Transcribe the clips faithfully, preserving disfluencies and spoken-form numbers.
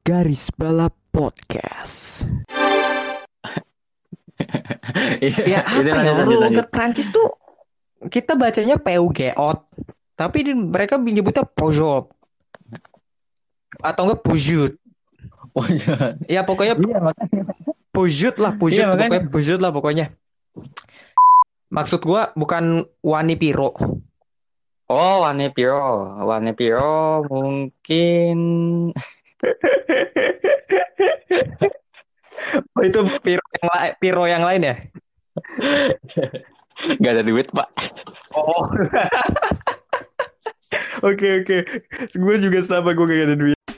Garis Balap Podcast. Ya Itu apa ya, lanjut lanjut lanjut. logat Prancis tuh kita bacanya Peugeot, tapi di, mereka menyebutnya Peugeot atau enggak Peugeot. Oh iya. Ya pokoknya Iya makanya. Peugeot lah, Iya Peugeot makanya. pokoknya Peugeot lah pokoknya. Maksud gua bukan Wani Piro. Oh, Wane Piro, Wane Piro mungkin. Oh itu Piro yang, la- Piro yang lain ya? Gak ada duit pak. Oh. Oke oke. Gue juga sama, gue gak ada duit.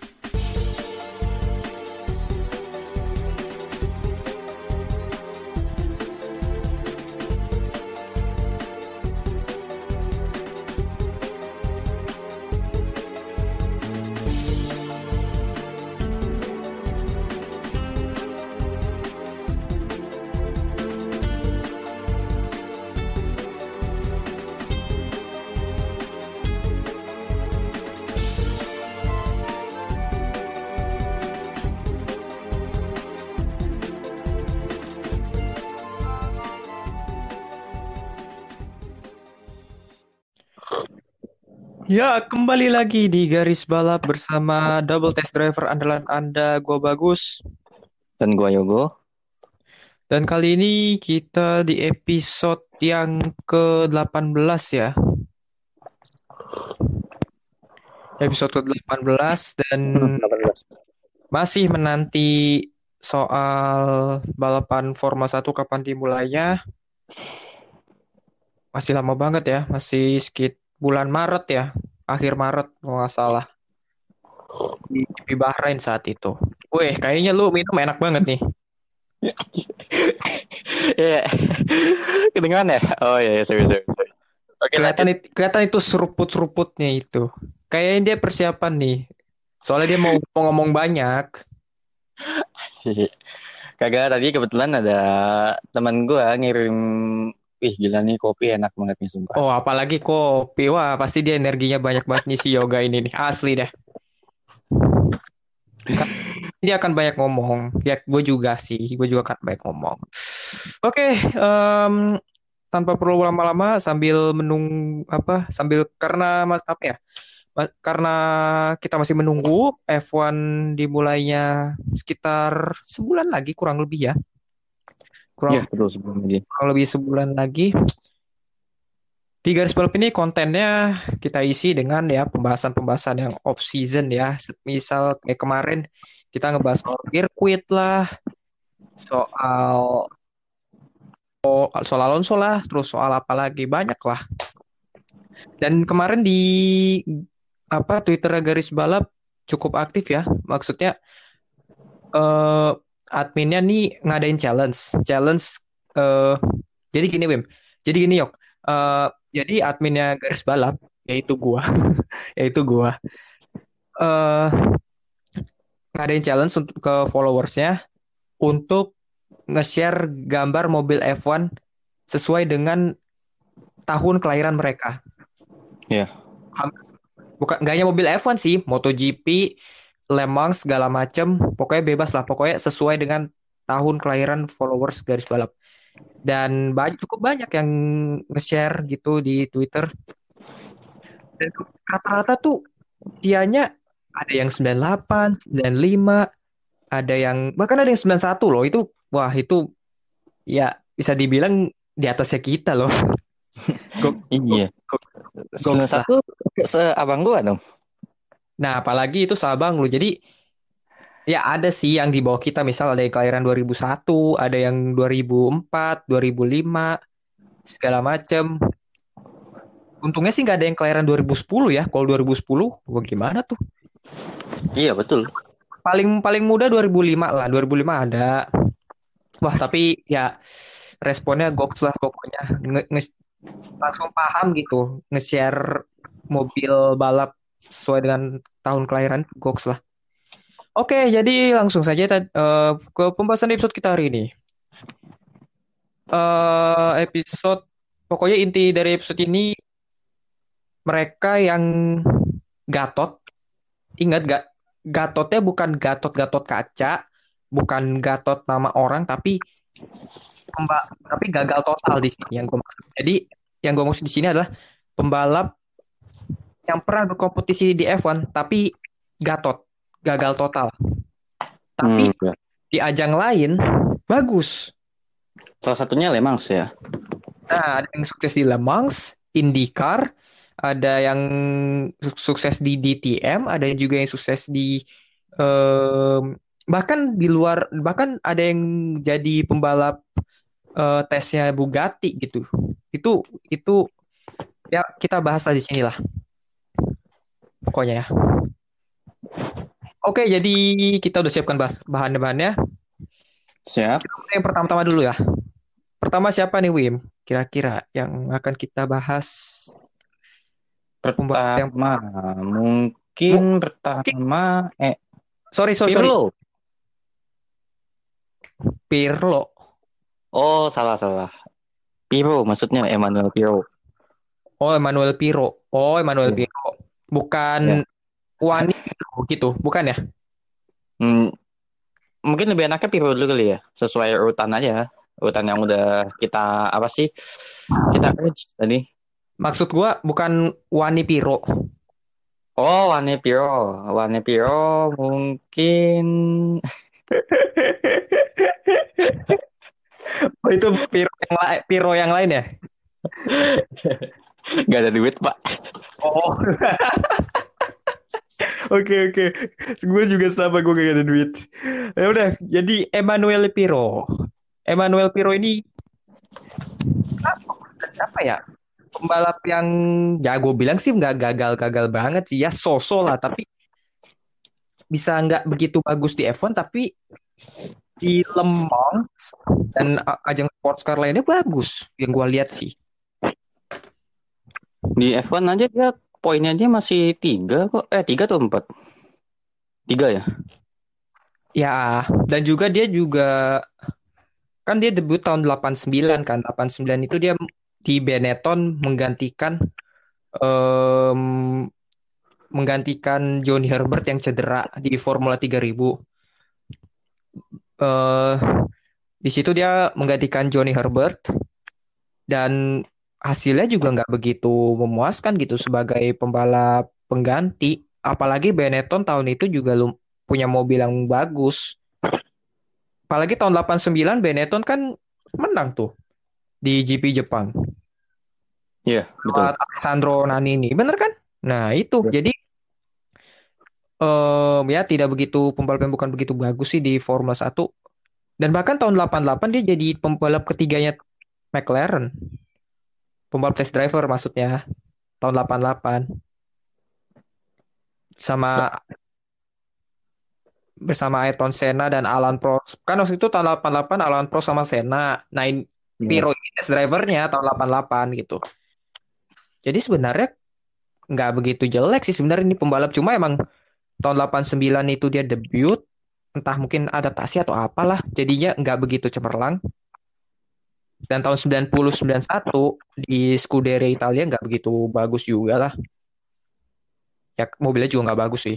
Ya, kembali lagi di Garis Balap bersama double test driver andalan Anda, gue Bagus. Dan gua Yogo. Dan kali ini kita di episode yang ke delapan belas ya. Episode ke delapan belas dan delapan belas. masih menanti soal balapan Formula satu kapan dimulainya. Masih lama banget ya, masih sekitar bulan Maret ya. Akhir Maret kalau nggak salah. Di, di Bahrain saat itu. Weh, kayaknya lu minum enak banget nih. Iya. Kedengeran ya? Oh iya, sorry sorry. sorry. Oke Kelihatan lanjut. itu, kelihatan itu seruput-seruputnya itu. Kayaknya dia persiapan nih. Soalnya dia mau, mau ngomong banyak. Kagak, tadi kebetulan ada teman gua ngirim. Ih gila nih, kopi enak banget nih sumpah. Oh, apalagi kopi. Wah, pasti dia energinya banyak banget nih si Yoga ini nih. Asli deh. Dia akan banyak ngomong. Ya, gue juga sih. Gue juga akan banyak ngomong. Oke, em, tanpa perlu lama-lama sambil menung apa? Sambil karena mas apa ya? Ma- Karena kita masih menunggu F satu dimulainya sekitar sebulan lagi kurang lebih ya. Iya Kurang, betul sebelum lagi. kurang lebih sebulan lagi. Di garis balap ini kontennya kita isi dengan ya pembahasan-pembahasan yang off season ya. Misal kayak kemarin kita ngebahas soal sirkuit lah, soal soal Alonso lah, terus soal apa lagi banyak lah. Dan kemarin di apa Twitter garis balap cukup aktif ya. Maksudnya eh adminnya nih ngadain challenge, challenge eh jadi gini Wim. Jadi gini Yok. Eh jadi adminnya garis balap yaitu gua, yaitu gua eh ngadain challenge untuk ke followersnya untuk nge-share gambar mobil F satu sesuai dengan tahun kelahiran mereka. Iya. Bukan nggak hanya mobil F satu sih, MotoGP, Le Mans segala macem, pokoknya bebas lah, pokoknya sesuai dengan tahun kelahiran followers garis balap. Dan banyak cukup banyak yang nge-share gitu di Twitter. Dan rata-rata tuh usianya ada yang sembilan puluh delapan, sembilan puluh lima, ada yang bahkan ada yang sembilan puluh satu loh. Itu wah itu ya bisa dibilang di atasnya kita loh. Gok, gok, Iya. gok, Salah goks lah. satu seabang gua dong. Nah, apalagi itu sabang lu. Jadi ya ada sih yang di bawah kita, misal ada yang kelahiran dua ribu satu, ada yang dua ribu empat, dua ribu lima, segala macem. Untungnya sih nggak ada yang kelahiran dua ribu sepuluh ya. Kalau dua ribu sepuluh, gua gimana tuh? Iya betul. Paling paling muda dua ribu lima lah, dua ribu lima ada. Wah, tapi ya responnya goks lah pokoknya. Nge- nge- langsung paham gitu, nge-share mobil balap sesuai dengan tahun kelahiran goks lah. Oke, jadi langsung saja tad- eh, ke pembahasan episode kita hari ini. eh episode pokoknya inti dari episode ini mereka yang Gatot, ingat gak Gatotnya bukan Gatot-Gatot kaca, bukan Gatot nama orang, tapi pemba tapi gagal total di sini yang gue maksud. Jadi yang gue maksud di sini adalah pembalap yang pernah berkompetisi di F satu tapi Gatot, gagal total. Tapi Hmm, ya. di ajang lain bagus. Salah satunya Le Mans ya. Nah, ada yang sukses di Le Mans, IndyCar, ada yang su- sukses di D T M, ada juga yang sukses di em, bahkan di luar, bahkan ada yang jadi pembalap eh, tesnya Bugatti gitu. Itu itu ya kita bahas di sini lah pokoknya ya. Oke, jadi kita udah siapkan bahas bahan-bahannya. Siap. Kita yang pertama-tama dulu ya. Pertama siapa nih Wim? Kira-kira yang akan kita bahas pembalap yang Pertama, mungkin Mu- pertama eh sorry sorry sorry Pirlo. Pirlo. Oh, salah salah. Pirlo maksudnya Emmanuel Pirlo. Oh, Emmanuel Piro. Oh, Emmanuel Ya. Piro. Bukan Ya. Wani gitu, bukan ya? Hmm, mungkin lebih enaknya Pirlo dulu kali ya. Sesuai urutan aja. Urutan yang udah kita apa sih? Kita urge tadi. Maksud gua bukan Wani Piro. Oh, Wane Piro. Wane Piro mungkin Oh, itu Piro yang lain, Piro yang lain ya? gak ada duit, Pak. Oh. Oke oke. Gue juga sama, gue gak ada duit. Ya udah, jadi Emmanuel Piro. Emmanuel Piro ini apa ya? Pembalap yang ya gue bilang sih nggak gagal-gagal banget sih ya, so-so lah, tapi bisa nggak begitu bagus di F satu, tapi di Le Mans dan a- ajang sports car lainnya bagus yang gue lihat sih. Di F satu aja dia poinnya dia masih tiga kok. Eh, tiga atau empat? Tiga ya? Ya, dan juga dia juga kan dia debut tahun delapan sembilan kan. delapan sembilan itu dia di Benetton menggantikan em, menggantikan Johnny Herbert yang cedera di Formula tiga ribu. Eh di situ dia menggantikan Johnny Herbert dan hasilnya juga nggak begitu memuaskan gitu sebagai pembalap pengganti. Apalagi Benetton tahun itu juga lum- punya mobil yang bagus. Apalagi tahun delapan sembilan Benetton kan menang tuh di G P Jepang. Iya, betul. Lewat Alessandro Nannini, bener kan? Nah itu, Ya. jadi em, ya tidak begitu pembalap yang bukan begitu bagus sih di Formula satu. Dan bahkan tahun delapan delapan dia jadi pembalap ketiganya McLaren. Pembalap test driver maksudnya tahun delapan delapan sama bersama Ayrton Senna dan Alan Prost. Kan waktu itu tahun delapan delapan Alan Prost sama Senna. Nah, ini Iya. Piro ini test drivernya tahun delapan delapan gitu. Jadi sebenarnya nggak begitu jelek sih sebenarnya ini pembalap, cuma emang tahun delapan sembilan itu dia debut, entah mungkin adaptasi atau apalah, jadinya nggak begitu cemerlang. Dan tahun sembilan puluh sembilan satu di Scuderia Italia nggak begitu bagus juga lah. Ya mobilnya juga nggak bagus sih.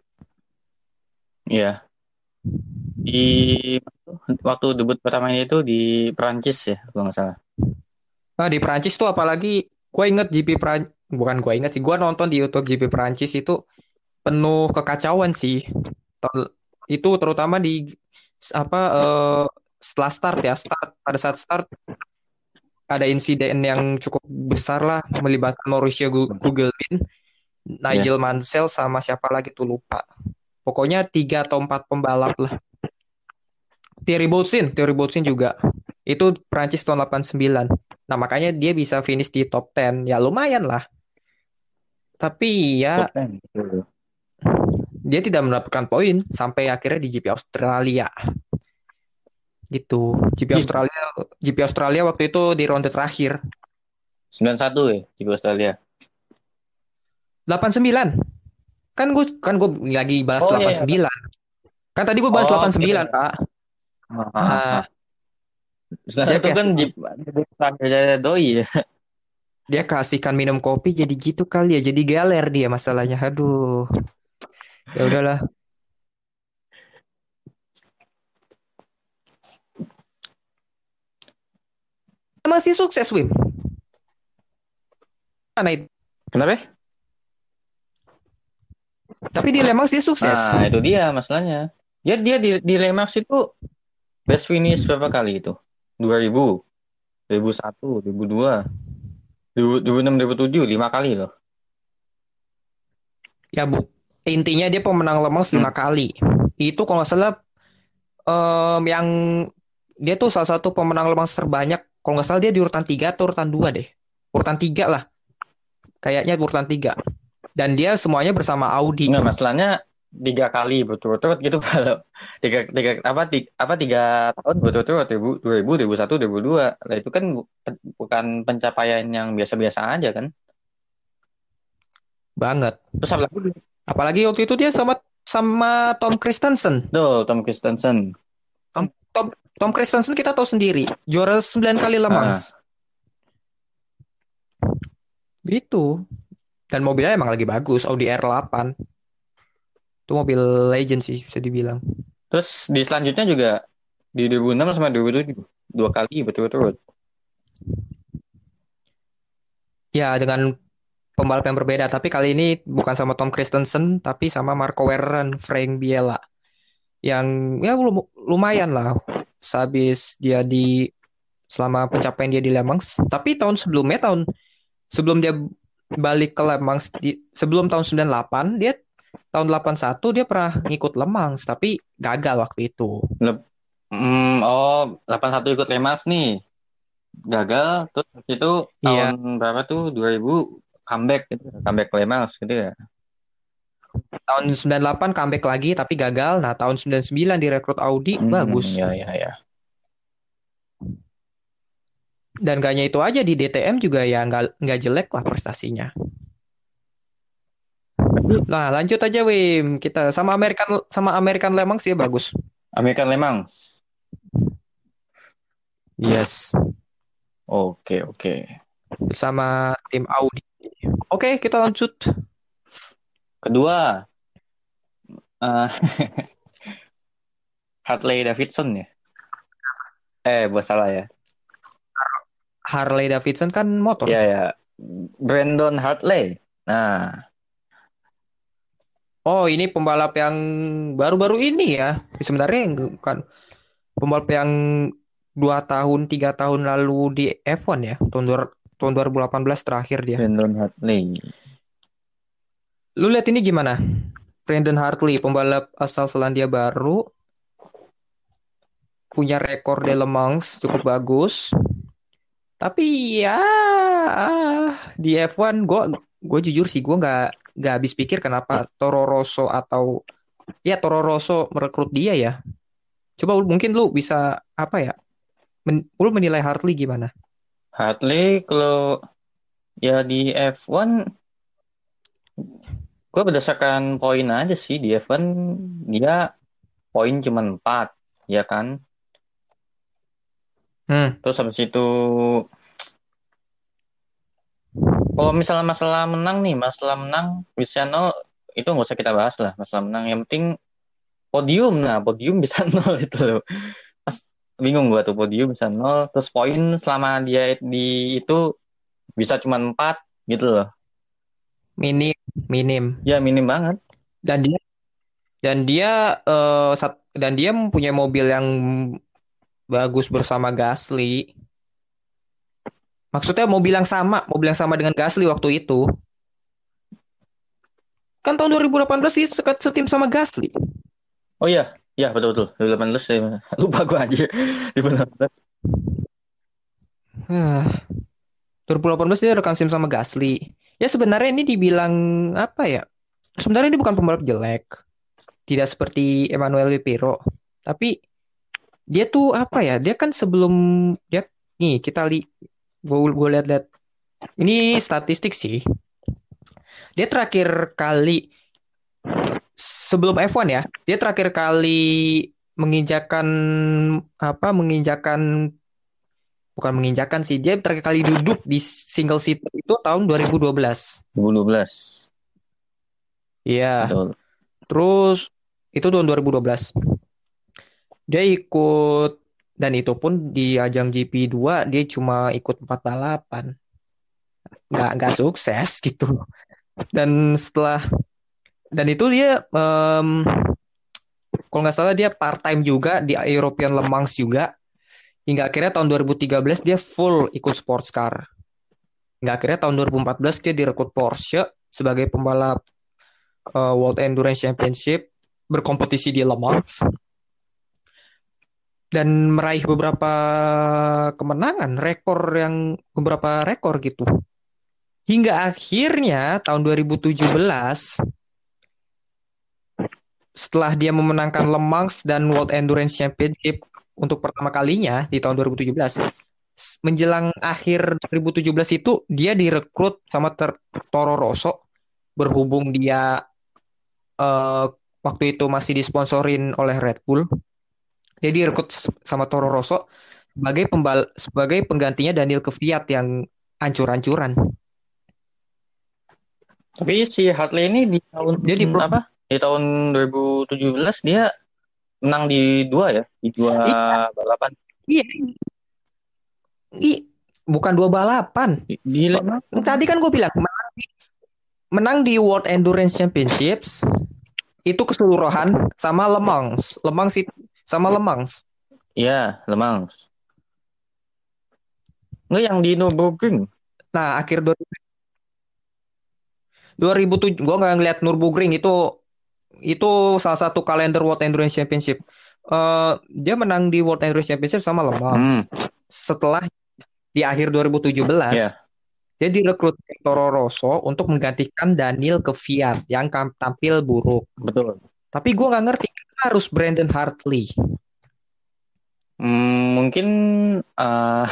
Iya. Di waktu debut pertamanya itu di Perancis ya, kalau nggak salah. Nah di Prancis tuh apalagi gue inget G P Pran bukan gue inget sih, gue nonton di YouTube G P Prancis itu penuh kekacauan sih. Tahun- Itu terutama di apa eh, setelah start ya, start pada saat start ada insiden yang cukup besar lah melibatkan Mauricio Gu- Gugelmin, Iya. Nigel Mansell sama siapa lagi tuh lupa. Pokoknya tiga atau empat pembalap lah. Thierry Boutsen, Thierry Boutsen juga. Itu Prancis tahun delapan sembilan. Nah, makanya dia bisa finish di top sepuluh. Ya lumayan lah. Tapi ya Top ten. Betul. dia tidak mendapatkan poin sampai akhirnya di G P Australia. Gitu. G P Ih, Australia, G P Australia waktu itu di ronde terakhir. sembilan satu ya di Australia. delapan sembilan. Kan gue kan gue lagi balas Oh iya delapan iya. sembilan. Kan tadi gue bahas Oh, delapan oke. sembilan, Pak. Ah, ah, ah, Nah, ah. sembilan dia satu kayak kan di di terakhir doi ya. dia kasihkan minum kopi jadi gitu kali ya. Jadi galer dia masalahnya. Aduh. Ya udahlah. masih sukses, Wim. Mana itu? Kenapa? Tapi di Le Mans dia sukses. Nah, itu dia masalahnya. Ya dia di di Le Mans itu best finish berapa kali itu? dua ribu, dua ribu satu, dua ribu dua, dua ribu enam, dua ribu tujuh, lima kali loh. Ya bu, intinya dia pemenang Le Mans lima Hmm. kali. Itu kalau nggak salah em, yang dia tuh salah satu pemenang Le Mans terbanyak. Kalau nggak salah dia di urutan tiga atau urutan dua deh. Urutan tiga lah. Kayaknya urutan tiga. Dan dia semuanya bersama Audi. Enggak, masalahnya tiga kali berturut-turut gitu kalau tiga tiga apa tiga, apa tiga tahun berturut-turut dua ribu, dua ribu satu, dua ribu dua. Lah itu kan bu- bukan pencapaian yang biasa-biasa aja kan. Banget. Terus apa lagi? Apalagi waktu itu dia sama sama Tom Christensen. Betul, Tom Christensen. Tom, Tom, Tom Christensen kita tahu sendiri. Juara sembilan kali Le Mans. Ah, Gitu. Dan mobilnya emang lagi bagus. Audi R delapan. Itu mobil legend sih bisa dibilang. terus di selanjutnya juga di dua ribu enam sama dua ribu tujuh dua kali berturut-turut. Ya dengan pembalap yang berbeda. Tapi kali ini bukan sama Tom Christensen. Tapi sama Marco Werner, Frank Biella. Yang ya lum- lumayan lah. Sehabis dia di selama pencapaian dia di Le Mans. Tapi tahun sebelumnya, tahun sebelum dia balik ke Le Mans, di, sebelum tahun sembilan puluh delapan, dia tahun delapan puluh satu dia pernah ngikut Le Mans. Tapi gagal waktu itu. Lep- Hmm, oh, delapan puluh satu ikut Le Mans nih. Gagal, terus habis itu tahun Iya, berapa tuh? dua ribu comeback gitu. Comeback ke Le Mans gitu ya. tahun sembilan puluh delapan comeback lagi tapi gagal. Nah, tahun sembilan puluh sembilan direkrut Audi, Hmm, bagus. ya ya ya. Dan gak hanya itu aja di D T M juga ya nggak nggak jelek lah prestasinya. Nah, lanjut aja Wim. Kita sama American sama American Le Mans dia bagus. American Le Mans. Yes. Oke, oke. Bersama tim Audi. Oke, kita lanjut. Kedua, eh Harley Davidson ya. Eh, bos salah ya. Harley Davidson kan motor. Ya ya. Brandon Hartley. Nah, Oh, ini pembalap yang baru-baru ini ya. Sebenarnya yang bukan pembalap yang dua tahun, tiga tahun lalu di F satu ya. Tahun, dua, tahun dua ribu delapan belas terakhir dia. Brandon Hartley. Lu lihat ini gimana? Brandon Hartley, pembalap asal Selandia Baru, punya rekor di Le Mans cukup bagus. Tapi ya di F satu gue gue jujur sih gue nggak nggak habis pikir kenapa Toro Rosso atau ya Toro Rosso merekrut dia ya. Coba lu- mungkin lu bisa apa ya? Men, lu menilai Hartley gimana? Hartley kalau ya di F satu gue berdasarkan poin aja sih di F satu dia poin cuma empat ya kan. Hmm. Terus habis itu kalau misalnya masalah menang nih, masalah menang bisa nol itu nggak usah kita bahas lah masalah menang. Yang penting podium, nah podium bisa nol itu loh. Mas bingung gua tuh podium bisa nol, terus poin selama dia di itu bisa cuma empat gitu loh. Minim, minim. Ya minim banget. Dan dia dan dia eh, sat- dan dia mempunyai mobil yang bagus bersama Gasly. Maksudnya mobil yang sama, mobil yang sama dengan Gasly waktu itu. Kan tahun dua ribu delapan belas dia sekat setim sama Gasly. Oh iya, ya betul betul. dua ribu delapan belas saya lupa gua aja. dua ribu delapan belas. Huh. dua ribu delapan belas dia rekan sim sama Gasly. Ya sebenarnya ini dibilang apa ya? Sebenarnya ini bukan pembalap jelek. Tidak seperti Emmanuel Lipiro. Tapi dia tuh apa ya? Dia kan sebelum dia nih kita li gue gue lihat-lihat ini statistik sih. Dia terakhir kali sebelum F satu ya. Dia terakhir kali menginjakan apa? Menginjakan bukan menginjakan sih. Dia terakhir kali duduk di single seat itu tahun dua ribu dua belas. dua ribu dua belas. Iya. Betul. Terus itu tahun dua ribu dua belas. Dia ikut Dan itu pun di ajang G P dua dia cuma ikut empat balapan. Nggak nggak sukses gitu. Dan setelah dan itu dia em, kalau nggak salah dia part time juga di European Le Mans juga. Hingga akhirnya tahun dua ribu tiga belas dia full ikut sports car. Hingga akhirnya tahun dua ribu empat belas dia direkrut Porsche sebagai pembalap eh, World Endurance Championship berkompetisi di Le Mans dan meraih beberapa kemenangan, rekor yang beberapa rekor gitu. Hingga akhirnya tahun dua ribu tujuh belas setelah dia memenangkan Le Mans dan World Endurance Championship untuk pertama kalinya di tahun dua ribu tujuh belas, menjelang akhir dua ribu tujuh belas itu dia direkrut sama ter- Toro Rosso berhubung dia eh, waktu itu masih disponsorin oleh Red Bull. Jadi direkrut sama Toro Rosso sebagai pembal sebagai penggantinya Daniel Kvyat yang ancur-ancuran. Tapi si Hartley ini di tahun Dia di pro- apa? Di tahun dua ribu tujuh belas dia menang di dua ya, di dua Iya, balapan. iya, iya. Bukan dua balapan. Di, di Le Mans. Tadi kan gue bilang menang di, menang di World Endurance Championships itu keseluruhan sama Le Mans. Le Mans itu sama Le Mans. Iya, Le Mans. Enggak yang di Nürburgring. Nah, akhir dua ribu tujuh gue nggak ngeliat Nürburgring itu itu salah satu kalender World Endurance Championship. Eh, dia menang di World Endurance Championship sama Le Mans. Hmm. Setelah di akhir dua ribu tujuh belas, Iya. dia direkrut Toro Rosso untuk menggantikan Daniel Kvyat yang kam- tampil buruk. Betul. Tapi gue nggak ngerti kenapa harus Brandon Hartley. Hmm, mungkin eh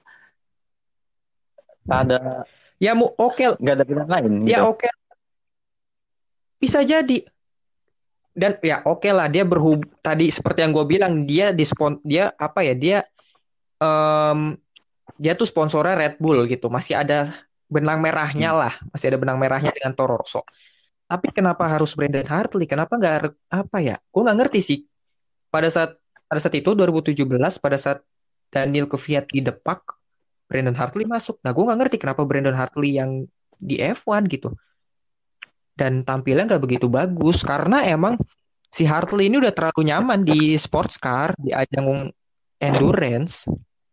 ada Ya mu oke, nggak ada pilihan lain ya gitu. oke, bisa jadi. Dan ya oke lah dia berhub tadi seperti yang gue bilang dia dispon dia apa ya dia em, dia tuh sponsornya Red Bull gitu masih ada benang merahnya Hmm. lah masih ada benang merahnya dengan Toro Rosso. Tapi kenapa harus Brandon Hartley? Kenapa nggak re- apa ya? Gue nggak ngerti sih. Pada saat pada saat itu dua ribu tujuh belas pada saat Daniel Kvyat didepak, Brandon Hartley masuk. Nah gue nggak ngerti kenapa Brandon Hartley yang di F satu gitu. Dan tampilnya nggak begitu bagus karena emang si Hartley ini udah terlalu nyaman di sports car di ajang endurance.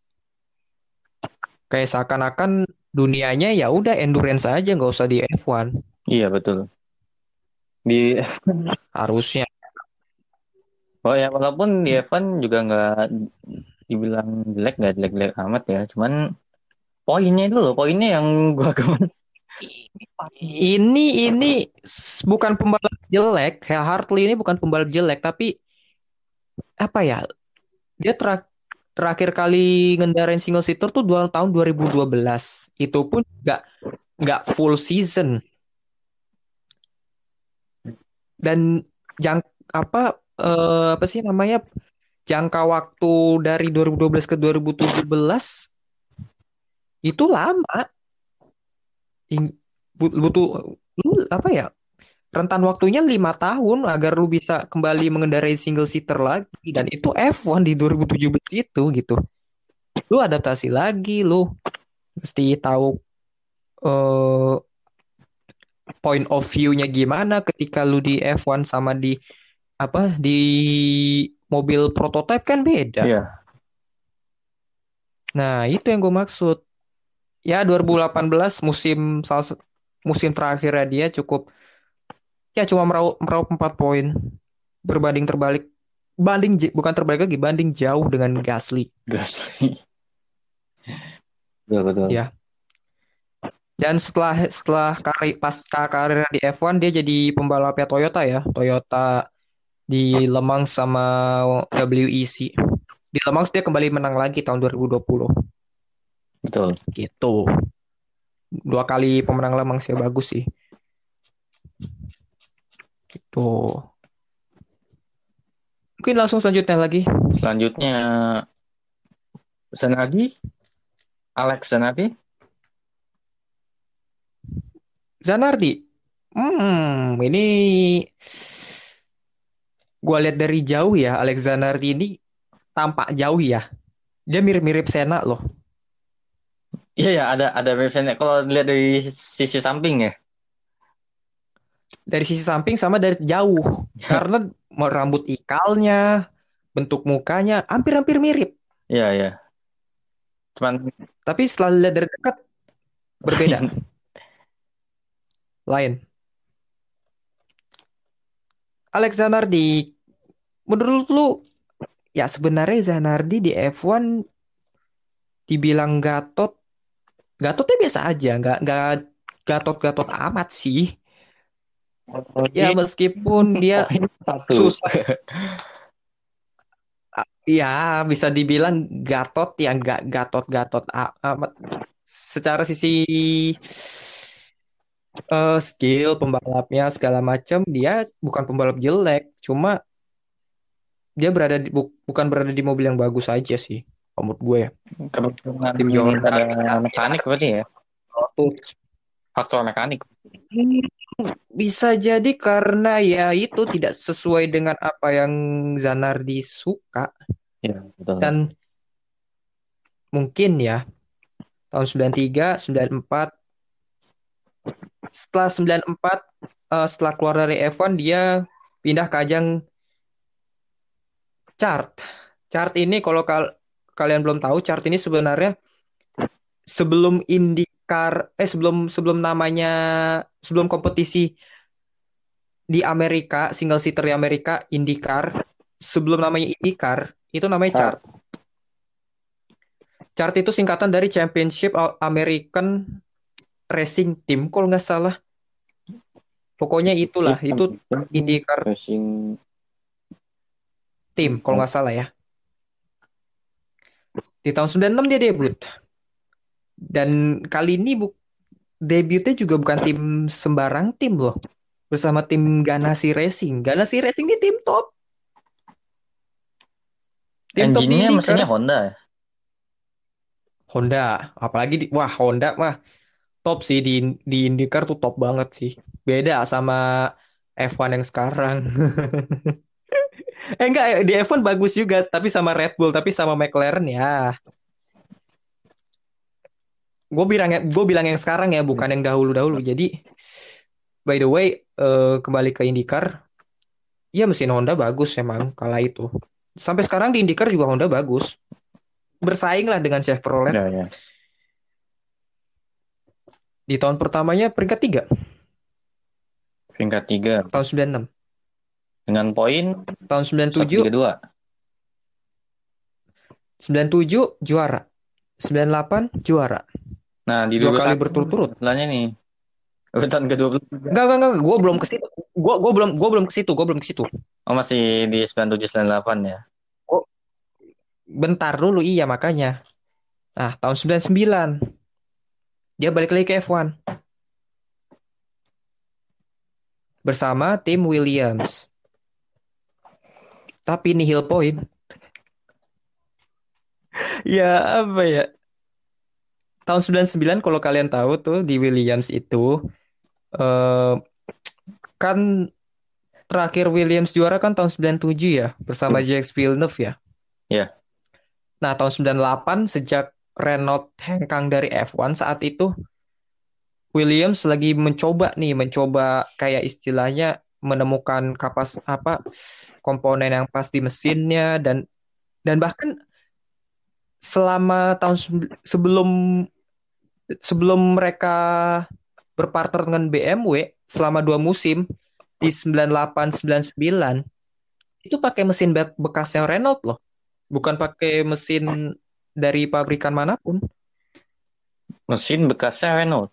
Kayak seakan-akan dunianya ya udah endurance aja nggak usah di F satu Iya betul. Di harusnya. oh ya walaupun di Evan juga nggak dibilang jelek nggak jelek-jelek amat ya. Cuman poinnya itu loh, poinnya yang gua kemen. Ini ini s- bukan pembalap jelek, kayak Hartley ini bukan pembalap jelek, tapi apa ya? Dia terak- terakhir kali ngendarain single seater tuh dua tahun dua ribu dua belas. Itu pun nggak nggak full season. Dan jang apa eh, apa sih namanya jangka waktu dari dua ribu dua belas ke dua ribu tujuh belas itu lama. Ing- but- butuh lu apa ya? Rentan waktunya lima tahun agar lu bisa kembali mengendarai single seater lagi dan itu F satu di dua ribu tujuh belas itu gitu. Lu adaptasi lagi, lu mesti tahu eh, point of view-nya gimana ketika lu di F satu sama di apa di mobil prototype kan beda. Iya. Nah, itu yang gue maksud. Ya dua ribu delapan belas musim salah se- musim terakhirnya dia cukup ya cuma meraup meraup empat poin berbanding terbalik banding j- bukan terbalik lagi banding jauh dengan Gasly. Gasly. Betul betul. Ya. Dan setelah setelah kari, pasca karir di F satu dia jadi pembalapnya Toyota ya. Toyota di Le Mans sama W E C. Di Le Mans dia kembali menang lagi tahun dua ribu dua puluh. Betul. Gitu. Dua kali pemenang Le Mans ya bagus sih. Gitu. Mungkin langsung selanjutnya lagi. Selanjutnya Zanardi, Alex Zanardi. Zanardi. Hmm, ini gua lihat dari jauh ya Alex Zanardi ini tampak jauh ya. Dia mirip-mirip Senna loh. Iya ya, ada ada websitenya. Kalau dilihat dari sisi samping ya. Dari sisi samping sama dari jauh. Karena rambut ikalnya, bentuk mukanya hampir-hampir mirip. Iya ya. Cuman Tapi setelah lihat dari dekat berbeda, lain. Alex Zanardi, menurut lu ya sebenarnya Zanardi di F satu dibilang Gatot, Gatotnya biasa aja, nggak nggak Gatot-Gatot amat sih. Ya ini meskipun dia poin satu. susah, ya bisa dibilang Gatot yang nggak Gatot-Gatot a- amat. Secara sisi eh, skill pembalapnya segala macam dia bukan pembalap jelek, cuma dia berada di, bu- bukan berada di mobil yang bagus aja sih, kalau menurut gue ya. Kebetulan Tim Jordan, ada Minardi, mekanik berarti ya. Lotus. Faktor mekanik. Hmm, bisa jadi karena ya itu tidak sesuai dengan apa yang Zanardi suka Iya, betul. dan mungkin ya tahun sembilan tiga, sembilan empat setelah sembilan empat eh, setelah keluar dari F satu dia pindah ke ajang chart. Chart ini kalau kal- kalian belum tahu, chart ini sebenarnya sebelum IndyCar eh sebelum sebelum namanya sebelum kompetisi di Amerika, single seater di Amerika, IndyCar, sebelum namanya IndyCar, itu namanya chart. Chart. Chart itu singkatan dari Championship American Racing Team, kalau nggak salah. Pokoknya itulah, itu IndyCar Racing Team, kalau nggak salah ya. Di tahun sembilan enam dia debut. Dan kali ini bu debutnya juga bukan tim sembarang tim loh. Bersama tim Ganassi Racing. Ganassi Racing ini tim top. Tim top di engine-nya IndyCar. mesinnya Honda ya? Honda, apalagi di, wah Honda mah top sih di di IndyCar tuh top banget sih. Beda sama F satu yang sekarang. eh enggak, di F satu bagus juga, tapi sama Red Bull, tapi sama McLaren ya. Gue bilang gue bilang yang sekarang ya, bukan yang dahulu-dahulu. Jadi by the way, eh, kembali ke IndyCar, ya mesin Honda bagus emang kala itu. Sampai sekarang di IndyCar juga Honda bagus. Bersaing lah dengan Chevrolet. Ya, ya. Di tahun pertamanya peringkat tiga. Peringkat tiga. Tahun sembilan enam. Dengan poin Tahun sembilan satu tujuh, tiga dua. sembilan tujuh juara. sembilan delapan juara. Nah, di Dua dua puluh kali satu berturut-turut. setelahnya nih. Urutan ke dua puluh tiga. Enggak, enggak, enggak. Gue belum ke situ. Gue gue belum gue belum ke situ. Gue belum ke situ. Oh, masih di sembilan tujuh sembilan delapan ya. Oh, bentar dulu, iya makanya. Nah, tahun sembilan sembilan dia balik lagi ke F satu bersama tim Williams. Tapi nihil point. Ya apa ya? Tahun sembilan sembilan kalau kalian tahu tuh di Williams itu eh, kan terakhir Williams juara kan tahun sembilan tujuh ya bersama Jacques Villeneuve ya. Ya. Nah, tahun sembilan delapan sejak Renault hengkang dari F satu saat itu Williams lagi mencoba nih, mencoba kayak istilahnya menemukan kapas apa komponen yang pas di mesinnya dan dan bahkan selama tahun se- sebelum sebelum mereka berpartner dengan B M W selama dua musim di sembilan delapan sembilan sembilan itu pakai mesin be- bekasnya Renault loh, bukan pakai mesin dari pabrikan manapun. Mesin bekasnya Renault.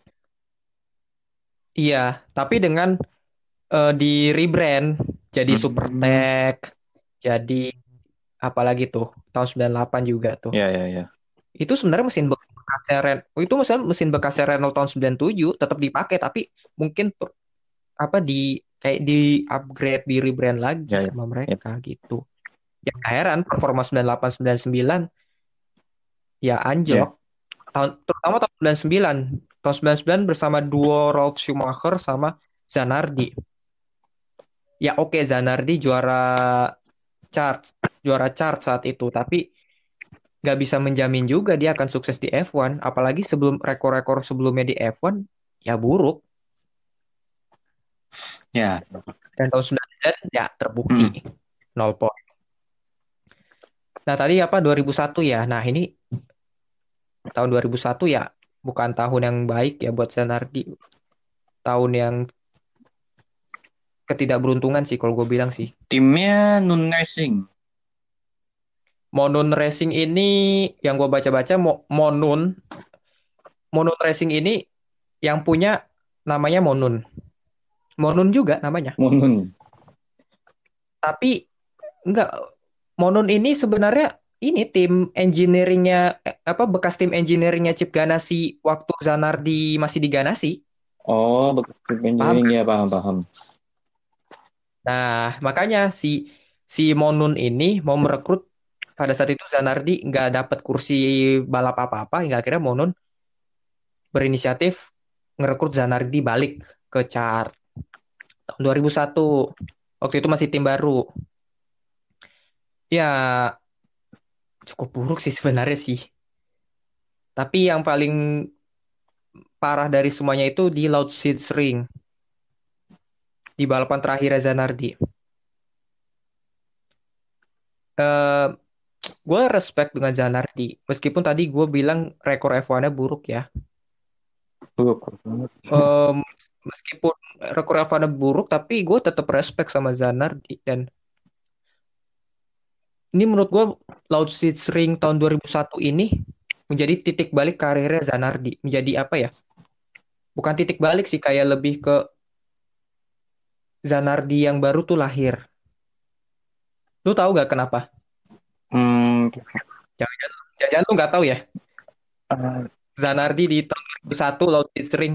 Iya, tapi dengan eh, di rebrand jadi Hmm. Supertech, jadi apalagi tuh tahun sembilan delapan juga tuh. Ya, ya, ya. Itu sebenarnya mesin bekasnya Ren itu misalnya mesin bekasnya Renault tahun sembilan tujuh tetap dipakai tapi mungkin per- apa di kayak di upgrade, di rebrand lagi Ya, ya. sama Ya. mereka gitu. Ya nggak heran performa sembilan delapan sembilan sembilan ya anjlok. Tahun terutama tahun sembilan sembilan. Tahun sembilan sembilan bersama duo Ralf Schumacher sama Zanardi. Ya oke Zanardi juara chart, juara chart saat itu, tapi nggak bisa menjamin juga dia akan sukses di F satu. Apalagi sebelum rekor-rekor sebelumnya di F satu ya buruk. Ya. Dan tahun sembilan belas ya terbukti Hmm. nol poin. Nah tadi apa dua ribu satu ya. Nah ini tahun dua ribu satu ya bukan tahun yang baik ya buat Zanardi. Tahun yang ketidakberuntungan sih kalau gue bilang sih. Timnya Nun Racing. Monun Racing ini yang gue baca-baca Mo- Monun Monun Racing ini yang punya namanya Monun. Monun juga namanya. Munun. Tapi enggak, Monun ini sebenarnya ini tim engineeringnya eh, apa bekas tim engineeringnya Chip Ganassi waktu Zanardi masih di Ganassi. Oh, bekas Paham engineering kan? ya, paham paham. Nah, makanya si si Monun ini mau merekrut pada saat itu Zanardi nggak dapat kursi balap apa-apa, hingga akhirnya Monun berinisiatif ngerekrut Zanardi balik ke chart tahun dua ribu satu. Waktu itu masih tim baru. Ya, cukup buruk sih sebenarnya sih. Tapi yang paling parah dari semuanya itu di Loud Seeds Ring. Di balapan terakhir Zanardi. Eh, gue respect dengan Zanardi. Meskipun tadi gue bilang rekor F satu-nya buruk ya. Buruk. Em, meskipun rekor F satu buruk, tapi gue tetap respect sama Zanardi. Dan ini menurut gue Loud Seeds Ring tahun dua ribu satu ini menjadi titik balik karirnya Zanardi. Menjadi apa ya? Bukan titik balik sih, kayak lebih ke Zanardi yang baru tuh lahir. Lu tahu gak kenapa? Hmm, Jangan-jangan jangan-jangan lu nggak tahu ya. eh, Zanardi di tahun dua ribu satu Loud Seeds Ring.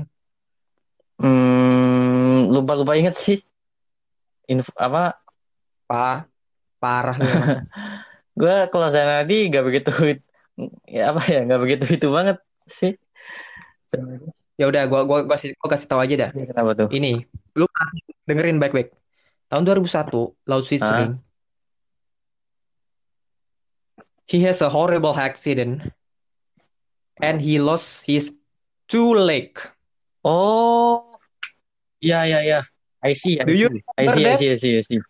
hmm, lupa-lupa inget sih. Info, apa? Pa, parah lu emang. Gue kalau Zanardi gak begitu, ya apa ya, gak begitu itu banget sih. Ya udah, gua gua gua kasih gua kasih tahu aja dah. Kenapa tuh? Ini, lu dengerin baik-baik. Tahun dua ribu satu, Loud Seeds Ring, Hah? he has a horrible accident and he lost his two leg. Oh, iya iya iya. I see, I Do you see, I remember see, I that? see, I see, I see.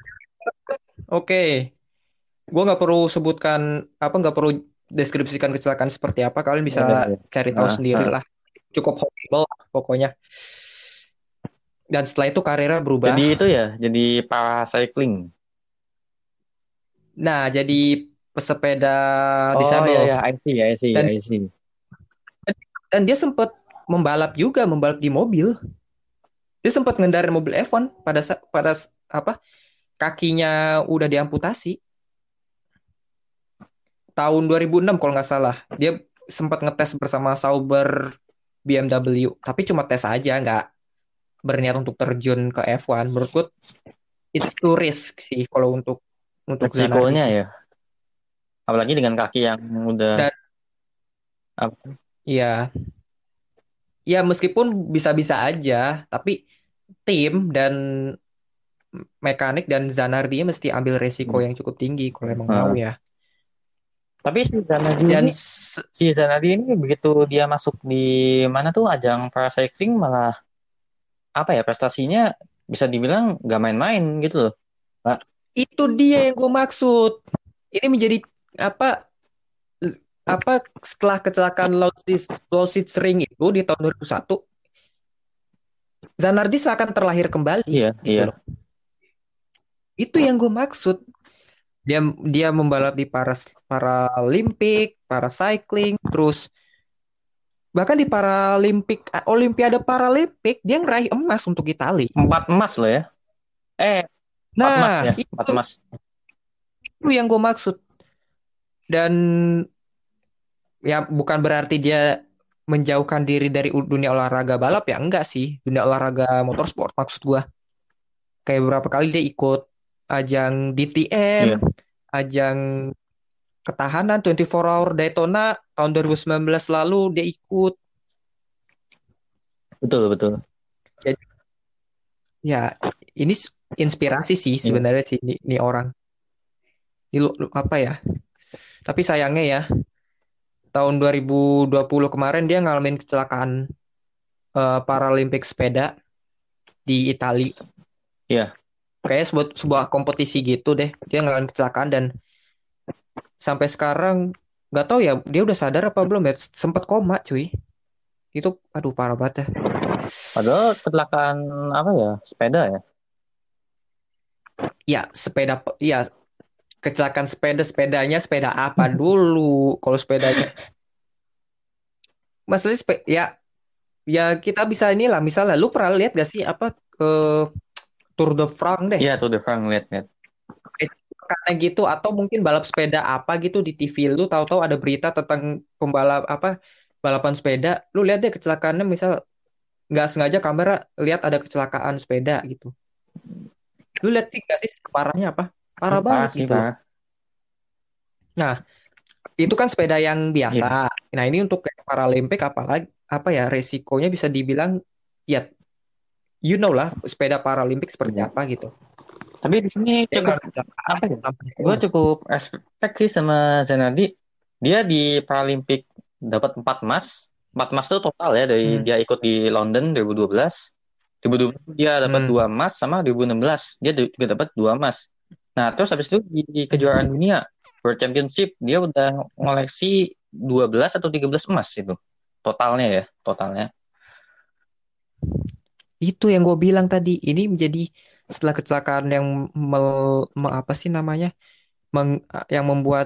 Oke, gua nggak perlu sebutkan apa nggak perlu deskripsikan kecelakaan seperti apa. Kalian Ya, bisa ya, ya. cari tahu Ah, sendiri ah. lah. Cukup horrible lah pokoknya. Dan setelah itu karirnya Jadi berubah. itu ya, jadi para cycling. Nah, jadi pesepeda Oh iya disable. iya, I see, I see, Dan I see. dan dia sempat membalap juga, membalap di mobil. Dia sempat ngendarin mobil F satu pada sa- pada s- apa kakinya udah diamputasi tahun dua ribu enam kalau nggak salah. Dia sempat ngetes bersama Sauber B M W, tapi cuma tes aja, nggak berniat untuk terjun ke F satu. Menurut gue it's too risk sih kalau untuk untuk Zanardi Resikonya sih. ya, apalagi dengan kaki yang udah Dan apa? ya, ya meskipun bisa-bisa aja, tapi tim dan mekanik dan Zanardi mesti ambil resiko yang cukup tinggi kalau emang mau Nah, ya. tapi si Zanadi Dan ini, se- si Zanadi ini begitu dia masuk di mana tuh ajang para cycling malah apa ya prestasinya bisa dibilang gak main-main gitu loh. Pak. itu dia yang gue maksud. Ini menjadi apa apa setelah kecelakaan Lausitzring Ring itu di tahun dua ribu satu, Zanardi seakan terlahir kembali Iya, gitu iya. loh. Itu yang gue maksud. Dia dia membalap di para Paralimpik, para cycling, terus bahkan di Paralimpik Olimpiade Paralimpik dia ngeraih emas untuk Italia. Empat emas loh ya. Eh, empat emas Nah, ya, itu, empat emas. itu yang gue maksud. Dan ya bukan berarti dia menjauhkan diri dari u- dunia olahraga balap ya, enggak sih. Dunia olahraga motorsport maksud gua. Kayak beberapa kali dia ikut ajang D T M, Iya, ajang ketahanan dua puluh empat Hour Daytona tahun dua ribu sembilan belas lalu dia ikut. betul betul. Jadi ya ini s- inspirasi sih Iya. sebenarnya sih ini, ini orang. Ini lu- lu- apa ya? Tapi sayangnya ya, tahun dua ribu dua puluh kemarin dia ngalamin kecelakaan eh, Paralimpik sepeda di Italia. Iya. Kayaknya sebuah, sebuah kompetisi gitu deh. Dia ngalamin kecelakaan dan sampai sekarang nggak tahu ya dia udah sadar apa belum ya. Sempat koma cuy. Itu aduh parah banget ya. Padahal kecelakaan apa ya? Sepeda ya? Ya sepeda ya kecelakaan sepeda sepedanya sepeda apa dulu? Kalau sepedanya masalahnya sepe- ya ya kita bisa inilah misalnya lu pernah lihat gak sih apa ke Tour de France deh. Iya tuh The Frank lihat-lihat. Eh, karena gitu atau mungkin balap sepeda apa gitu di T V lu tahu-tahu ada berita tentang pembalap apa balapan sepeda lu lihat deh kecelakaannya misal nggak sengaja kamera lihat ada kecelakaan sepeda gitu lu lihat sih nggak sih parahnya apa parah banget Parah sih gitu loh. parah. Nah itu kan sepeda yang biasa. Iya. Nah ini untuk kayak Paralimpik apalagi apa ya resikonya bisa dibilang ya you know lah sepeda Paralimpik seperti Iya. apa gitu. Tapi di sini Dia cukup nggak kecelakaan apa ya? sampai Gue koma. cukup respect sih sama Zanardi. Dia di Paralimpik dapat empat emas. Empat emas itu total ya dari Hmm. dia ikut di London dua ribu dua belas. dua ribu dua belas dia dapat Hmm. dua emas sama dua ribu enam belas dia juga dapat dua emas. Nah, terus habis itu di, di kejuaraan dunia World Championship dia udah ngoleksi dua belas atau tiga belas emas itu. Totalnya ya, totalnya. Itu yang gue bilang tadi. Ini menjadi setelah kecelakaan yang mel, me- apa sih namanya? Meng- yang membuat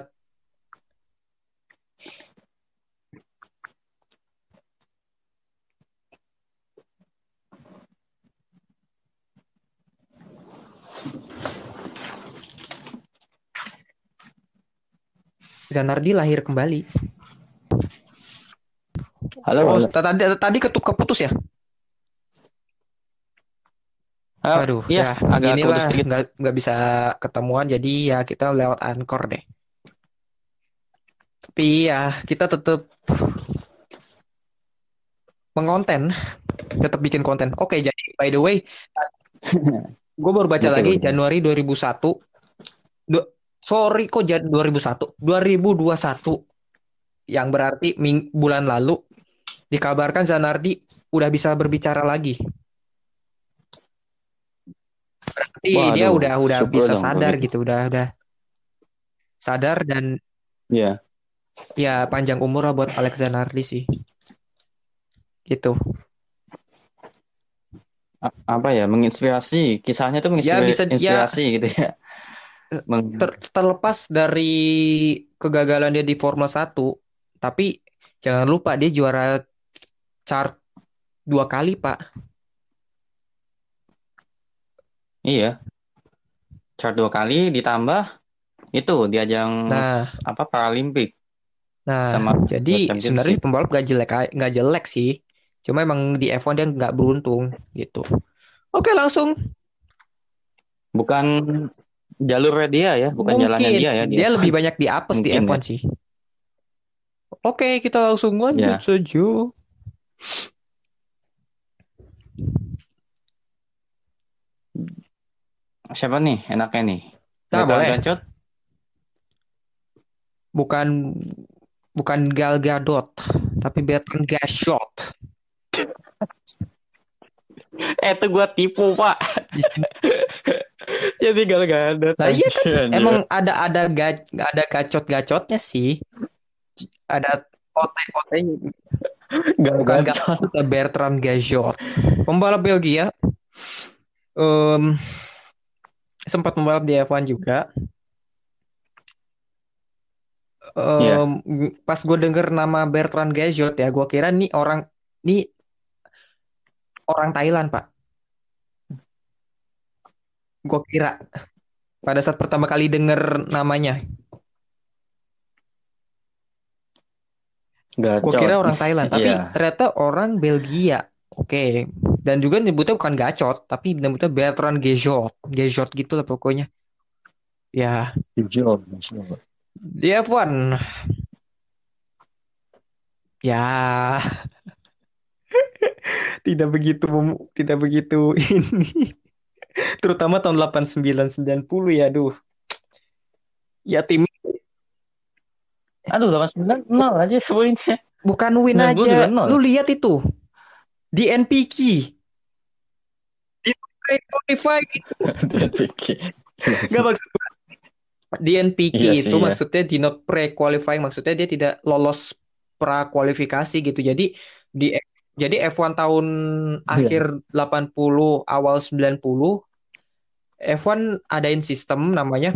Zanardi lahir kembali. Halo, Oh, halo. tadi tadi ketuk keputus ya? Ah, Aduh, iya, ya agak beginilah keputus sedikit. nggak nggak bisa ketemuan jadi ya kita lewat Anchor deh. Tapi ya kita tetap mengonten, tetap bikin konten. Oke, jadi by the way, gue baru baca Oke, lagi boleh. Januari dua ribu satu. Du- sorry kok Jan dua ribu satu, dua ribu dua puluh satu yang berarti ming- bulan lalu dikabarkan Zanardi udah bisa berbicara lagi. Berarti dia Waduh, udah udah syukur bisa dong kalau sadar gitu. gitu, udah udah sadar dan Iya. ya panjang umur lah buat Alex Zanardi sih. Gitu. A- apa ya, menginspirasi. Kisahnya tuh Ya bisa ya menginspirasi gitu ya. ter- Meng- terlepas dari kegagalan dia di Formula satu, tapi jangan lupa dia juara chart dua kali, Pak. iya, chart dua kali ditambah itu di ajang Nah, s- apa Paralimpik nah, sama jadi World sebenarnya Championship. pembalap gak jelek, nggak jelek sih. Cuma emang di F satu dia nggak beruntung gitu. Oke, langsung Bukan jalurnya dia ya, bukan jalannya mungkin dia ya di dia lebih F satu. banyak di apes di Mungkin ya. F satu sih. Oke, kita langsung lanjut Ya, saja. siapa nih enaknya nih? Nah, Gatot boleh. Gancot? Bukan bukan Gal Gadot, tapi Bertrand Gachot. Eh, itu gua tipu, Pak. Di sini. Jadi Gal Gadot Nah, iya kan anjir. emang ada ada ga, ada gacot-gacotnya sih. Ada ote-otenya. Gal Bukan Gadot. Gadot, ya Bertrand Gachot. Pembalap Belgia em, sempat membalap di F satu juga. Iya, Em, pas gue denger nama Bertrand Gachot ya, gue kira nih orang nih orang Thailand, Pak. Gue kira pada saat pertama kali denger namanya, gue kira Gacot. orang Thailand, tapi Iya. ternyata orang Belgia. Oke. Dan juga nyebutnya bukan Gacot, tapi nyebutnya Bertrand Gachot. Gachot gitu lah pokoknya. Ya, Jujur. di F satu. Ya, tidak begitu mem- tidak begitu ini. Terutama tahun delapan puluh sembilan sembilan puluh ya, aduh. Ya tim Aduh, delapan puluh sembilan nol aja poinnya. Bukan win sembilan puluh juga aja. nol. Lu lihat itu di N P K. Di qualify gitu. Dia pikir. Iya Nggak sih. maksud di N P K Iya sih itu ya. maksudnya di not pre-qualifying, maksudnya dia tidak lolos pra kualifikasi gitu. Jadi di jadi F satu tahun Iya. akhir delapan puluh awal sembilan puluh F satu adain sistem namanya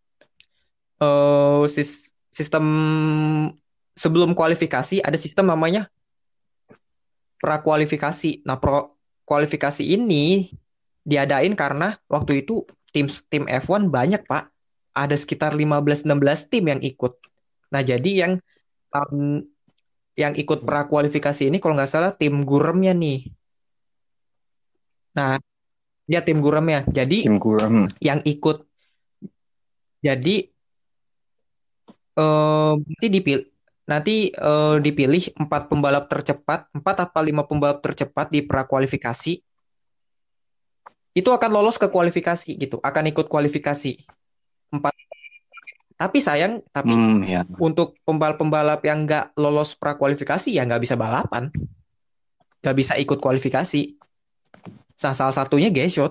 eh sis- sistem sebelum kualifikasi ada sistem namanya pra kualifikasi. Nah, pro kualifikasi ini diadain karena waktu itu tim tim F satu banyak, Pak. Ada sekitar lima belas enam belas tim yang ikut. Nah, jadi yang um, yang ikut pra kualifikasi ini kalau nggak salah tim guremnya nih. Nah, dia tim guremnya. Jadi Tim Guram. yang ikut jadi eh, nanti dipilih nanti eh, dipilih empat pembalap tercepat, empat apa lima pembalap tercepat di pra kualifikasi itu akan lolos ke kualifikasi gitu, akan ikut kualifikasi empat. Tapi sayang, tapi Hmm, ya. untuk pembalap-pembalap yang nggak lolos pra kualifikasi ya nggak bisa balapan, nggak bisa ikut kualifikasi. Nah, salah satunya Geshot.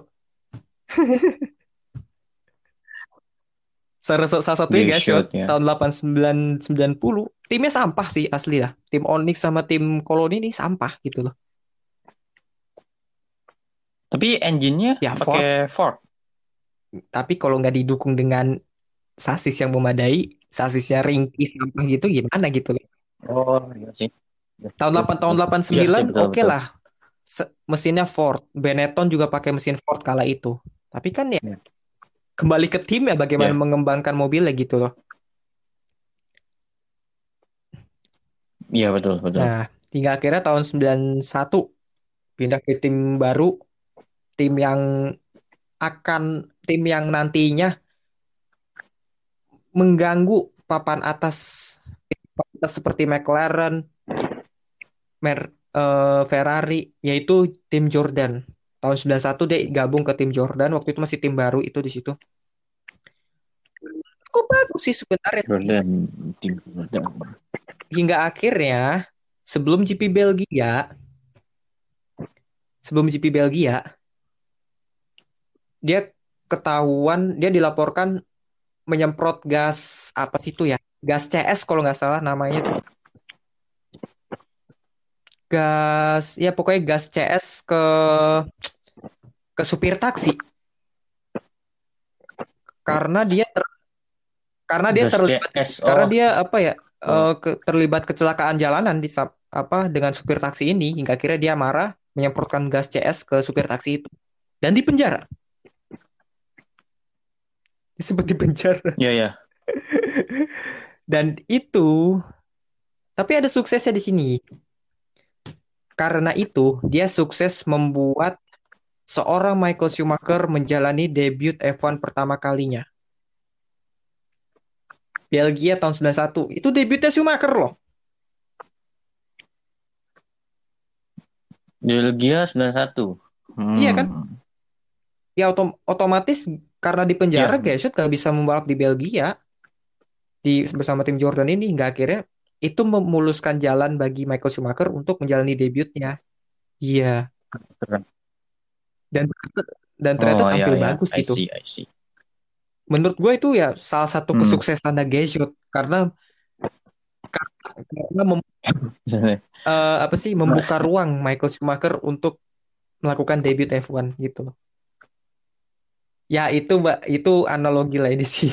Salah, salah satunya Dia Geshot shoot ya. tahun delapan puluh sembilan sembilan puluh. Timnya sampah sih asli lah. Tim Onyx sama tim Koloni ini sampah gitu loh. Tapi engine-nya Ya Ford. pakai Ford. Tapi kalau nggak didukung dengan sasis yang memadai, sasisnya ringkih sampah gitu gimana gitu loh. Oh, iya sih. Tahun delapan tahun Iya sih, delapan puluh sembilan betul oke betul. lah. Se- mesinnya Ford. Benetton juga pakai mesin Ford kala itu. Tapi kan ya Ya. kembali ke tim ya bagaimana Ya. mengembangkan mobilnya gitu loh. Iya betul betul. Nah, hingga akhirnya tahun sembilan puluh satu pindah ke tim baru, tim yang akan tim yang nantinya mengganggu papan atas, papan atas seperti McLaren, Mer, eh, Ferrari, yaitu tim Jordan. Tahun sembilan puluh satu dia gabung ke tim Jordan, waktu itu masih tim baru itu di situ. Kok bagus sih sebenarnya Jordan, tim Jordan. hingga akhirnya sebelum G P Belgia, sebelum G P Belgia, dia ketahuan, dia dilaporkan menyemprot gas apa sih itu ya? Gas C S kalau nggak salah namanya tuh. Gas, ya pokoknya gas C S ke ke supir taksi karena dia ter- karena dia Gas terlibat C S. karena Oh. dia apa ya Oh. eh, ke- terlibat kecelakaan jalanan di sa- apa dengan supir taksi ini hingga akhirnya dia marah menyemprotkan gas C S ke supir taksi itu dan dipenjara. Disebut dipenjara. Iya ya. Dan itu tapi ada suksesnya di sini. Karena itu dia sukses membuat seorang Michael Schumacher menjalani debut F satu pertama kalinya. Belgia tahun sembilan puluh satu. Itu debutnya Schumacher loh. Belgia sembilan puluh satu. Iya kan? Hmm. Ya otom- otomatis karena di penjara Iya. Gashet gak bisa membalap di Belgia di bersama tim Jordan ini hingga akhirnya itu memuluskan jalan bagi Michael Schumacher untuk menjalani debutnya. Iya. Keren. Dan dan ternyata Oh ya tampil ya. bagus I gitu. see I see. Menurut gue itu ya salah satu Hmm. kesuksesan Gashet karena karena mem- eh, apa sih membuka ruang Michael Schumacher untuk melakukan debut F satu gitu loh. Ya itu Mbak, itu analogi lah ini sih.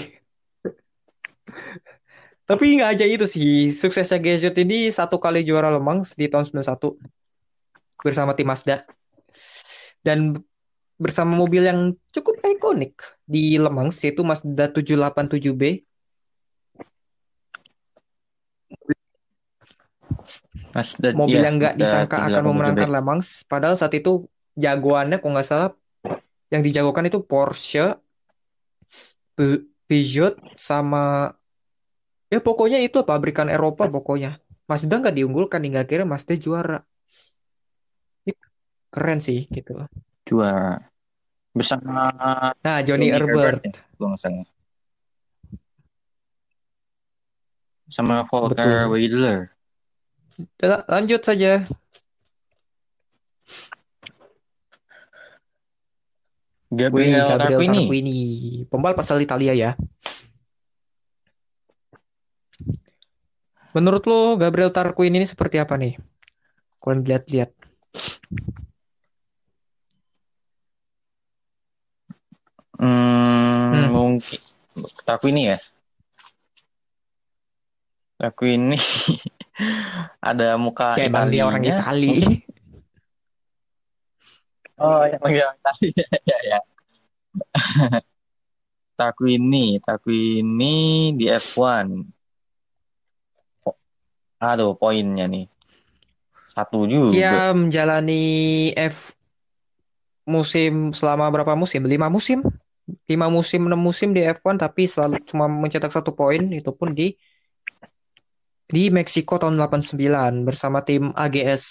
Tapi nggak aja itu sih. Suksesnya Gadget ini satu kali juara Le Mans di tahun sembilan puluh satu bersama tim Mazda. Dan bersama mobil yang cukup ikonik di Le Mans yaitu Mazda tujuh delapan tujuh B. Mazda, Mobil ya, yang nggak Mazda disangka tujuh akan delapan tujuh B. memenangkan Le Mans. Padahal saat itu jagoannya kalau nggak salah yang dijagokan itu Porsche, Pe- Peugeot sama ya pokoknya itu pabrikan Eropa pokoknya. Mazda nggak diunggulkan hingga akhirnya Mazda juara. Ini keren sih gitu. Juara. Bersama Nah, Johnny Johnny Herbert Herbert. ya, kalau nggak salah. sama Volker Betul. Wheeler. Udah, lanjut saja. Wih, Gabriel Gabriel Tarquini. Tarquini, pembalap asal Italia ya. Menurut lo Gabriel Tarquini ini seperti apa nih? Kalian lihat-lihat. Hmm, Hmm, mungkin Tarquini ya. Tarquini ada muka ya emang dia orang Italinya Itali. mungkin. Oh, yang yang tadi ya ya. Tarquini, Tarquini di F satu. Aduh, poinnya nih. Satu juga. Dia menjalani F musim selama berapa musim? Lima musim? Lima musim, enam musim di F satu tapi selalu cuma mencetak satu poin. Itu pun di di Meksiko tahun delapan puluh sembilan bersama tim A G S.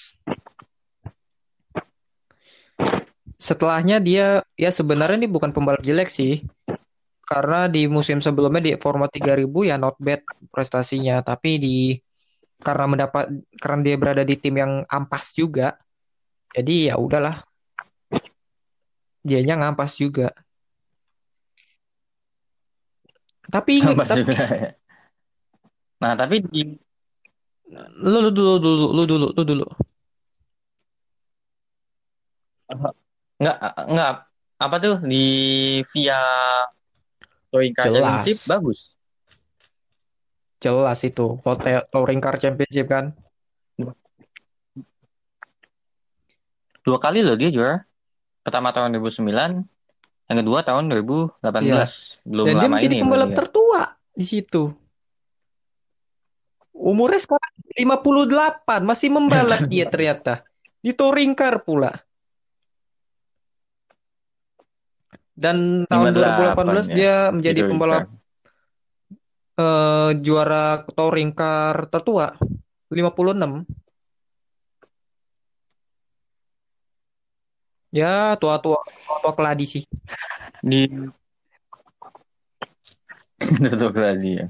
Setelahnya dia ya sebenarnya ini bukan pembalap jelek sih. Karena di musim sebelumnya di Forma tiga ribu ya not bad prestasinya. Tapi di karena mendapat karena dia berada di tim yang ampas juga. Jadi ya udahlah, dianya ngampas juga. Tapi Pas tapi juga ya. Nah, tapi di lu, lu dulu dulu lu dulu lu dulu. nggak nggak apa tuh di via Touring Car Championship Jelas. bagus. Jelas itu Hotel Touring Car Championship kan. Dua kali loh dia juara. Pertama tahun dua ribu sembilan, yang kedua tahun dua ribu delapan Iya. belas. Belum Dan dia lama menjadi ini berarti pembalap ya. tertua di situ. Umurnya sekarang lima puluh delapan, masih membalap dia ternyata. Di Touring Car pula. Dan tahun dua ribu delapan lima puluh delapan belas ya dia di menjadi Touring pembalap Car. eh, juara Touring Car tertua lima puluh enam. Ya, tua-tua tua keladi sih. Di Tutup lagi ya.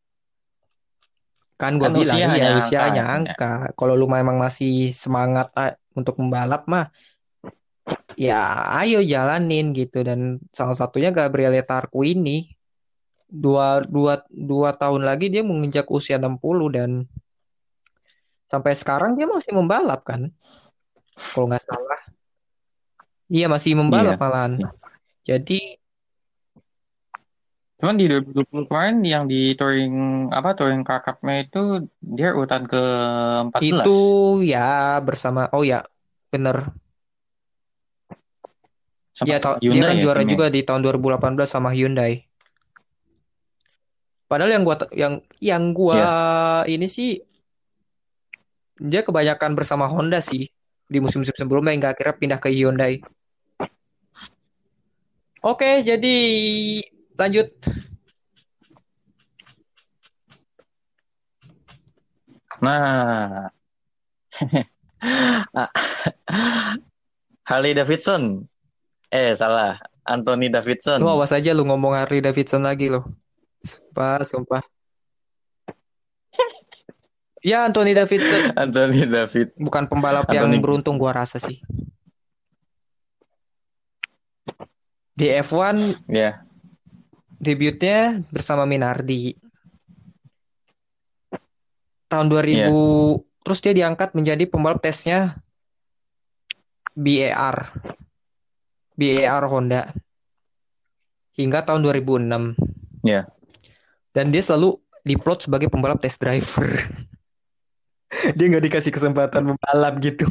Kan gue Kan bilang usia iya hanya angka usianya ya, kan ya. angka. Kalau lu memang masih semangat ah, untuk membalap mah ya ayo jalanin gitu. Dan salah satunya Gabriele Tarquini ini dua, dua, dua tahun lagi dia menginjak usia enam puluh dan sampai sekarang dia masih membalap kan kalau nggak salah. Iya masih membalap Iya. malahan. Jadi Cuman di dua ribu dua puluh kemarin yang di touring apa touring car cup-nya itu dia urutan ke empat itu belas ya bersama oh ya bener ya sama tau- dia Hyundai kan ya juara timnya. juga di tahun dua ribu delapan belas sama Hyundai. Padahal yang gua yang yang gua Ya. ini sih dia kebanyakan bersama Honda sih di musim-musim sebelumnya hingga akhirnya pindah ke Hyundai. Oke, jadi lanjut. Nah, Harley Davidson. Eh, salah. Anthony Lu Davidson. awas aja lu ngomong Harley Davidson lagi lo. Sumpah, sumpah. Ya Anthony Davidson Anthony David. bukan pembalap yang Anthony. beruntung gua rasa sih. Di F satu Ya, debutnya bersama Minardi tahun dua ribu ya, terus dia diangkat menjadi pembalap tesnya B A R B A R Honda hingga tahun dua ribu enam ya. dan dia selalu diplot sebagai pembalap test driver. Dia nggak dikasih kesempatan membalap gitu.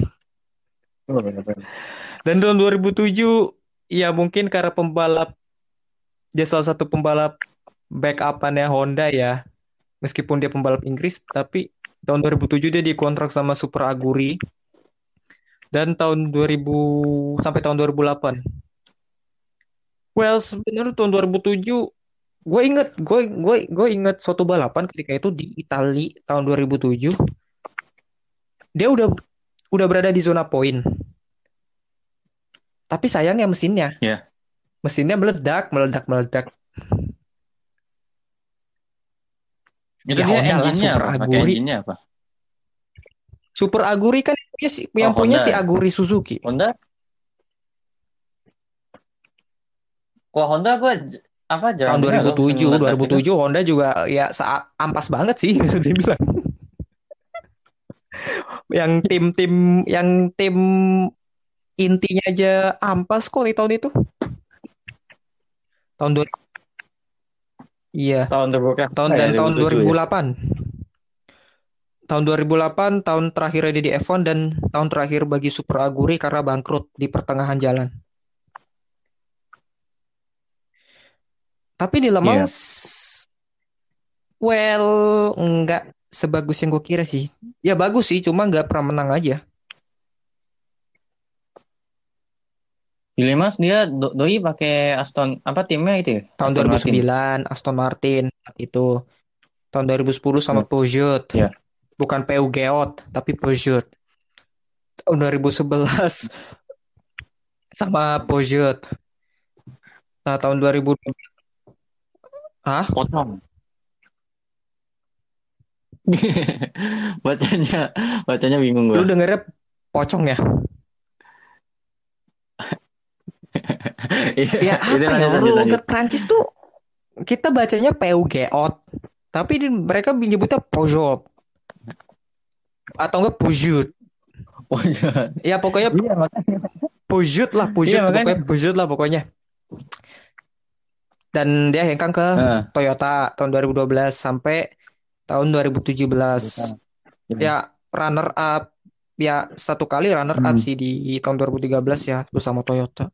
Dan tahun dua ribu tujuh ya mungkin karena pembalap dia salah satu pembalap backupannya Honda ya. Meskipun dia pembalap Inggris tapi tahun dua ribu tujuh dia dikontrak sama Super Aguri dan tahun dua ribu sampai tahun dua ribu delapan. Well, sebenarnya tahun dua ribu tujuh gue inget gue gue gue inget suatu balapan ketika itu di Italia tahun dua ribu tujuh dia udah udah berada di zona poin. Tapi sayangnya mesinnya Ya. mesinnya meledak, meledak, meledak. Itu Ya dia Honda lah engine-nya Super apa? Pakai Aguri. engine-nya apa? Super Aguri kan yang punya si, Oh, yang punya Honda si ya. Aguri Suzuki. Honda. Kalau Honda gue j- apa jarang Tahun dengar loh dua ribu tujuh, meledak gitu. dua ribu tujuh Honda juga ya sa- ampas banget sih bisa dibilang. Yang tim-tim yang tim intinya aja ampas kok di tahun itu. Tahun dua iya, Tahun terburuk tahun ya dan tahun dua ribu tujuh ya. dua ribu delapan. Tahun dua ribu delapan tahun terakhir dia di F satu dan tahun terakhir bagi Super Aguri karena bangkrut di pertengahan jalan. Tapi di Le Iya. Mans well nggak sebagus yang gue kira sih. Ya bagus sih, cuma nggak pernah menang aja. Di Limas dia do- doi pakai Aston apa timnya itu ya? Tahun Aston Martin. dua ribu sembilan Aston Martin itu. Tahun dua ribu sepuluh sama Hmm. Peugeot. Iya. Bukan Peugeot, tapi Peugeot. Tahun dua ribu sebelas sama Peugeot. Nah, tahun dua ribu ah, Potong. bacanya bacanya bingung lu gua. dengernya pocong ya? Iya, Ya itu apa ya, lanjut lanjut lanjut. logat Prancis tuh kita bacanya Peugeot, tapi di, mereka menyebutnya Peugeot atau enggak Peugeot. Oh iya. Ya pokoknya Iya makanya. Peugeot lah, Iya Peugeot makanya. pokoknya Peugeot lah pokoknya. Dan dia hengkang ke Nah, Toyota tahun dua ribu dua belas sampai tahun dua ribu tujuh belas. iya. Ya runner up, ya satu kali runner up Hmm. sih di tahun dua ribu tiga belas ya bersama Toyota.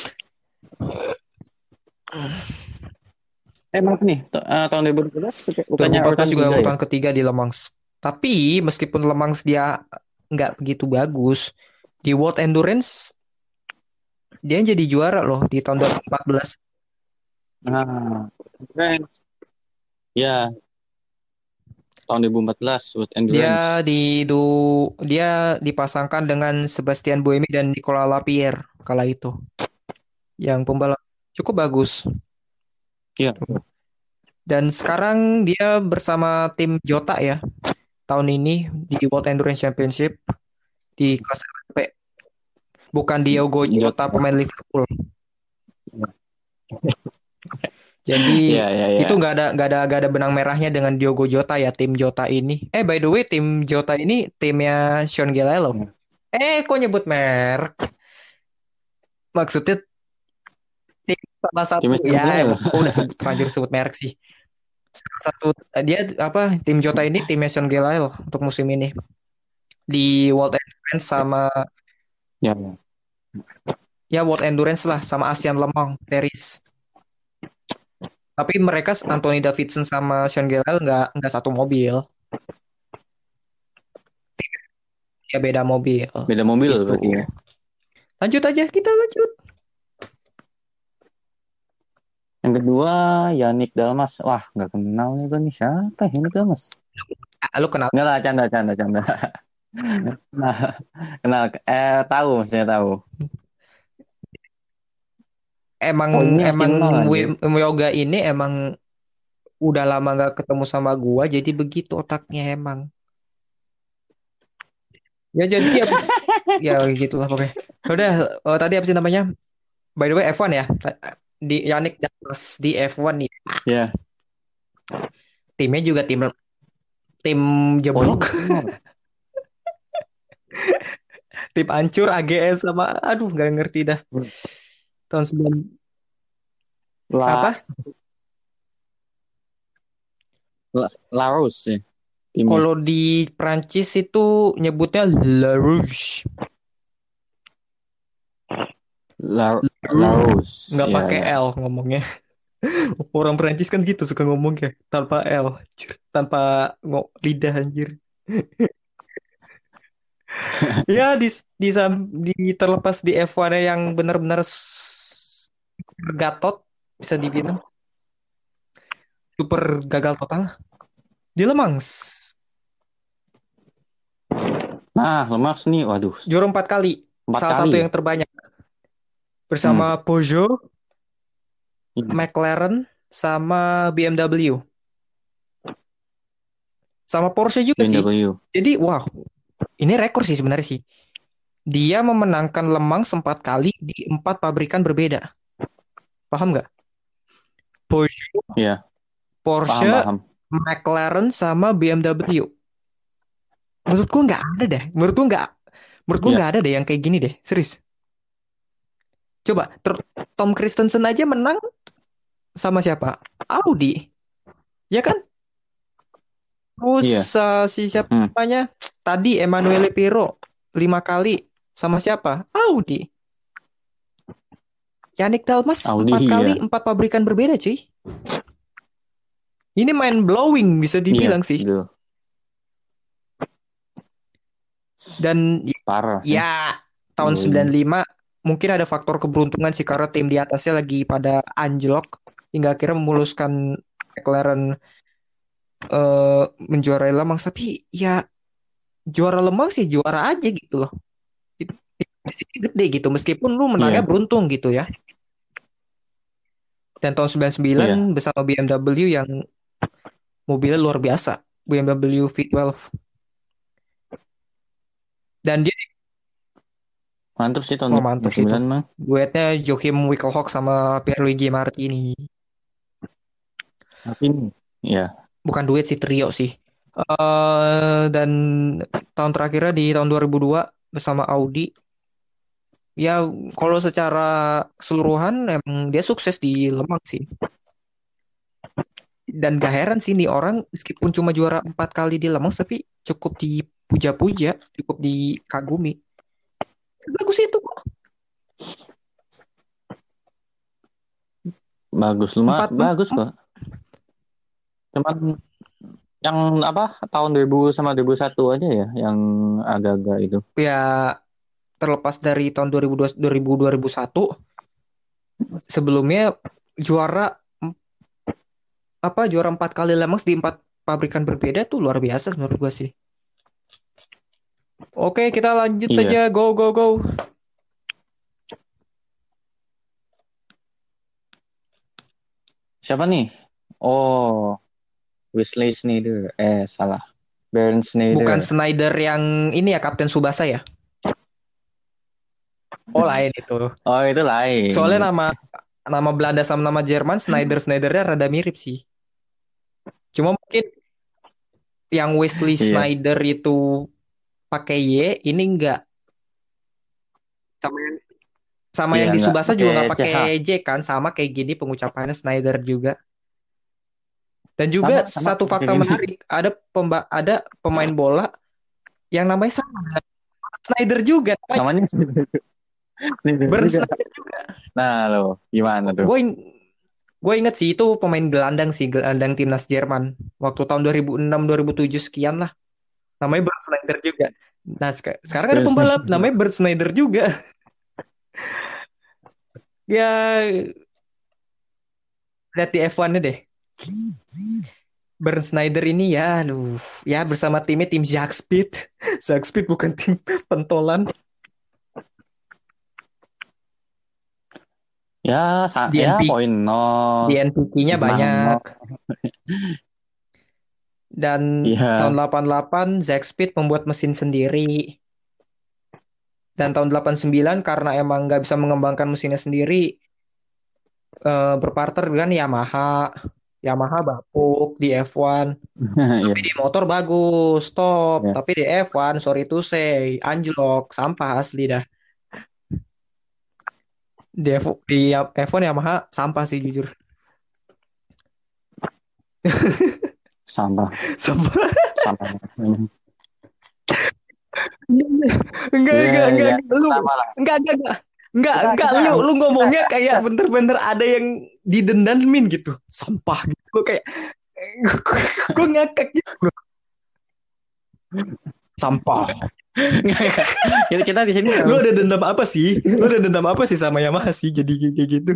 Emang nih t- eh, tahun dua ribu dua belas bukannya dua ribu empat belas urutan juga tiga ya? urutan ketiga di Le Mans. Tapi meskipun Le Mans dia nggak begitu bagus di World Endurance, dia jadi juara loh di tahun dua ribu empat belas. Nah, keren. Ya, tahun dua ribu empat belas World Endurance. Dia di du, dia dipasangkan dengan Sebastian Buemi dan Nicolas Lapierre kala itu. Yang pembalap cukup bagus. Iya. Dan sekarang dia bersama tim Jota ya. Tahun ini di World Endurance Championship di kelas L M P. Bukan Diogo Jota pemain Liverpool. Jadi Iya, iya, iya. itu nggak ada nggak ada nggak ada benang merahnya dengan Diogo Jota ya tim Jota ini. Eh by the way tim Jota ini timnya Sean Gelael loh. Eh kok nyebut merek? Maksudnya tim salah satu Timnya Sean ya Gelael. emang kok udah sebut terlanjur sebut merek sih. Salah satu dia apa tim Jota ini timnya Sean Gelael untuk musim ini di World Endurance sama Ya, ya. ya World Endurance lah sama Asian Le Mans Series. Tapi mereka Anthony Davidson sama Sean Gelael nggak nggak satu mobil. Ya beda mobil. Beda mobil Gitu. berarti ya. Lanjut aja kita lanjut. Yang kedua, Yannick Dalmas. Wah, nggak kenal nih gue nih. Siapa ya Yannick Dalmas? Ah, lu kenal? Enggak lah, canda, canda, canda. Nah, kenal. Eh, tahu maksudnya tahu. Emang Poinnya emang nol, Wim Wim Yoga ini emang udah lama nggak ketemu sama gua jadi begitu otaknya emang. Ya jadi ya ya gitulah pokoknya. Udah oh, tadi apa sih namanya? By the way F satu ya. Di Yannick Dalmas di F satu nih. Ya. Timnya juga tim tim jeblok. Tim hancur A G S sama aduh nggak ngerti dah. Tahun sembilan La, apa? La, Larus ya. Timnya. Kalau di Prancis itu nyebutnya La Rouge. La, Larus. Nggak Ya, pakai ya. L ngomongnya. Orang Prancis kan gitu suka ngomong kayak tanpa L, anjir. Tanpa ngo lidah anjir. Ya di di, sam- di terlepas di F satu yang benar-benar s- gatot bisa dibilang super gagal total di Le Mans. Nah, Lemas nih, waduh. Juara empat kali, Empat salah kali satu ya? yang terbanyak bersama Peugeot, Hmm. McLaren sama B M W. sama Porsche juga sih. B M W. Jadi wow, ini rekor sih sebenarnya sih. Dia memenangkan Le Mans empat kali di empat pabrikan berbeda. Paham nggak? Porsche, Iya, paham Porsche, paham. McLaren sama B M W. Menurut gua nggak ada deh. Menurut gua nggak. Menurut gua Iya. nggak ada deh yang kayak gini deh. Serius. Coba ter- Tom Christensen aja menang sama siapa? Audi, ya kan? Terus Iya. uh, si siapa Hmm. namanya? Tadi Emanuele Pirro lima kali sama siapa? Audi. Yannick Dalmas Audi, empat kali iya. empat pabrikan berbeda, cuy. Ini mind blowing bisa Iya, dibilang sih. gitu. Dan Parah sih. ya tahun Blowing. sembilan puluh lima mungkin ada faktor keberuntungan sih karena tim di atasnya lagi pada anjlok hingga akhirnya memuluskan McLaren eh, menjuarai Le Mans. Tapi ya juara Le Mans sih juara aja gitu loh. Itu gede gitu meskipun lu menangnya Iya. beruntung gitu ya. Dan tahun sembilan puluh sembilan Iya. bersama B M W yang mobilnya luar biasa, B M W V dua belas. Dan dia Mantap sih tahun oh dua mantap ribu sih itu. sembilan mah. Duetnya Joachim Wickelhock sama Pierluigi Martini. Tapi ini, ya. Bukan duet sih, trio sih. Eh dan tahun terakhirnya di tahun dua ribu dua bersama Audi. Ya kalau secara keseluruhan emang dia sukses di Le Mans sih. Dan gak heran sih nih orang meskipun cuma juara empat kali di Le Mans tapi cukup dipuja-puja, cukup dikagumi. Bagus itu kok. Bagus lu mah, Empat bagus kok. Cuman yang apa tahun dua ribu sama dua ribu satu aja ya yang agak-agak itu. ya terlepas dari tahun dua ribu dua, dua ribu dua ribu satu sebelumnya juara em- apa juara empat kali Le Mans di empat pabrikan berbeda tuh luar biasa menurut gua sih. Oke, kita lanjut Iya. saja. Go go go. Siapa nih? Oh, Wesley Sneijder. Eh, salah. Bernd Sneijder. Bukan Snyder yang ini ya Kapten Tsubasa ya? Oh lain itu. Oh, itu lain. Soalnya nama nama Belanda sama nama Jerman Snyder Snydernya rada mirip sih. Cuma mungkin yang Wesley Iya. Snyder itu pakai Y, ini enggak. Sama yang sama Iya, yang di nggak Tsubasa juga nggak pakai C H. pakai J kan, sama kayak gini pengucapannya Snyder juga. Dan juga Sama, sama satu fakta kayak gini. menarik, ada pemba ada pemain bola yang namanya sama Snyder juga, namanya Namanya Sneijder. Sneijder Bernd juga. Snyder juga. Nah, lo gimana tuh? Gue gue inget sih itu pemain gelandang sih, gelandang timnas Jerman waktu tahun dua ribu enam dua ribu tujuh sekian lah. Namanya Bernd Snyder juga. Nah, seka- sekarang ada Bernd pembalap Sneijder. namanya Bernd Snyder juga. Ya, lihat di F satu-nya deh. Bernd Snyder ini ya, aduh, ya bersama timnya tim Zakspeed. Zakspeed bukan tim pentolan. Ya, sa- Di ya N P poin nol. Di N P K-nya Menang banyak. nol. Dan Iya. tahun delapan puluh delapan Zakspeed membuat mesin sendiri. Dan tahun delapan puluh sembilan karena emang nggak bisa mengembangkan mesinnya sendiri, eh, berpartner dengan Yamaha. Yamaha bapuk di F satu. Iya. Tapi di motor bagus, top. Iya. Tapi di F satu, sorry to say, anjlok, sampah asli dah. Di F, di F satu Yamaha sampah sih jujur. Sampah. Sampah. Sampah. Enggak, Iya, enggak, enggak, ya, enggak. Lu, sama lah. enggak, enggak, enggak. Enggak, Kita, enggak, kita, lu, lu kita, ngomongnya kayak bener-bener ada yang didendamin gitu. Sampah gitu. Gue kayak, gue ngakak gitu. Sampah. kita, kita di sini Lu ada dendam apa sih? Lu ada dendam apa sih sama Yamaha sih jadi kayak gitu?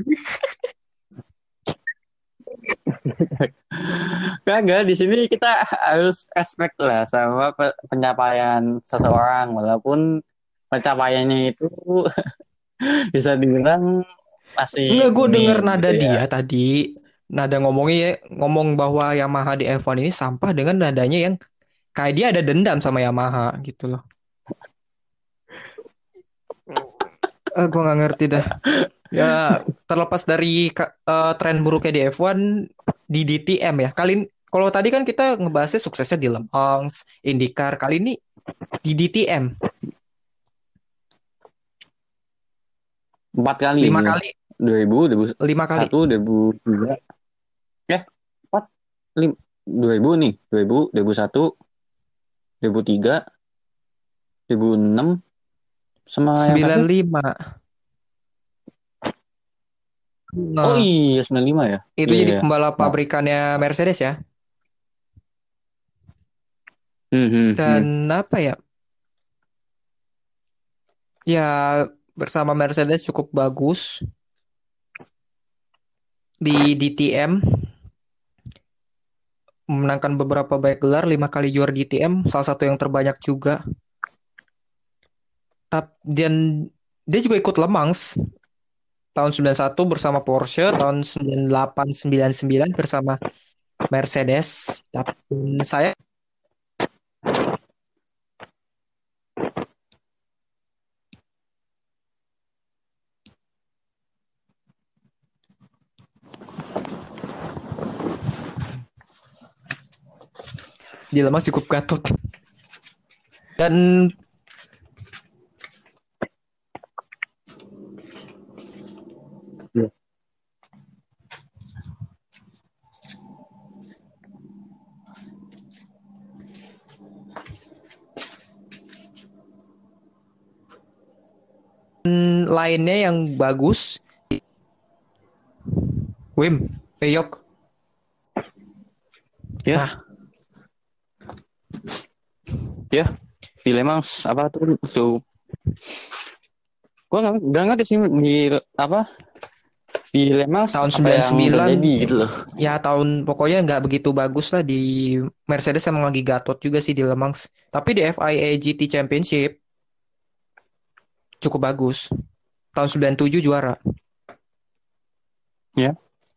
Kagak, di sini kita harus respect lah sama pe- pencapaian seseorang walaupun pencapaiannya itu bisa dibilang masih Enggak, gue denger minim nada gitu ya. dia tadi. Nada ngomongnya ya, ngomong bahwa Yamaha di F satu ini sampah dengan nadanya yang Kayak dia ada dendam sama Yamaha gitu loh. Eh, gue nggak ngerti dah. Ya terlepas dari ka- eh, tren buruknya di F satu di D T M ya. Kali ini kalau tadi kan kita ngebahasnya suksesnya di Le Mans, IndyCar. Kali ini di D T M Empat kali lima ini. kali, dua ribu, lima kali. dua ribu satu, dua ribu tiga. Eh, empat, lima, dua ribu nih. dua ribu, dua ribu satu, dua ribu tiga, dua ribu enam, sama yang sembilan terakhir. lima. Oh Nah, iya, sembilan lima ya. itu Iya, jadi iya. pembalap Oh. pabrikannya Mercedes ya. Hmm, hmm, hmm. Dan apa ya? Ya bersama Mercedes cukup bagus di D T M, memenangkan beberapa banyak gelar, lima kali juara D T M, salah satu yang terbanyak juga. Tap- Dan dia juga ikut Le Mans tahun sembilan puluh satu bersama Porsche, tahun sembilan puluh delapan sembilan puluh sembilan bersama Mercedes. Tapi saya di Le Mans cukup gatot. Dan lainnya yang bagus, Wim, Peyok. Ya. Nah, Ya, di Le Mans apa tuh tuh? Gua nggak nggak ngerti sih di apa di Le Mans tahun apa sembilan puluh yang sembilan terjadi gitu loh. ya tahun pokoknya nggak begitu bagus lah di Mercedes, emang lagi gatot juga sih di Le Mans. Tapi di F I A G T Championship cukup bagus. Tahun sembilan puluh tujuh juara. Ya,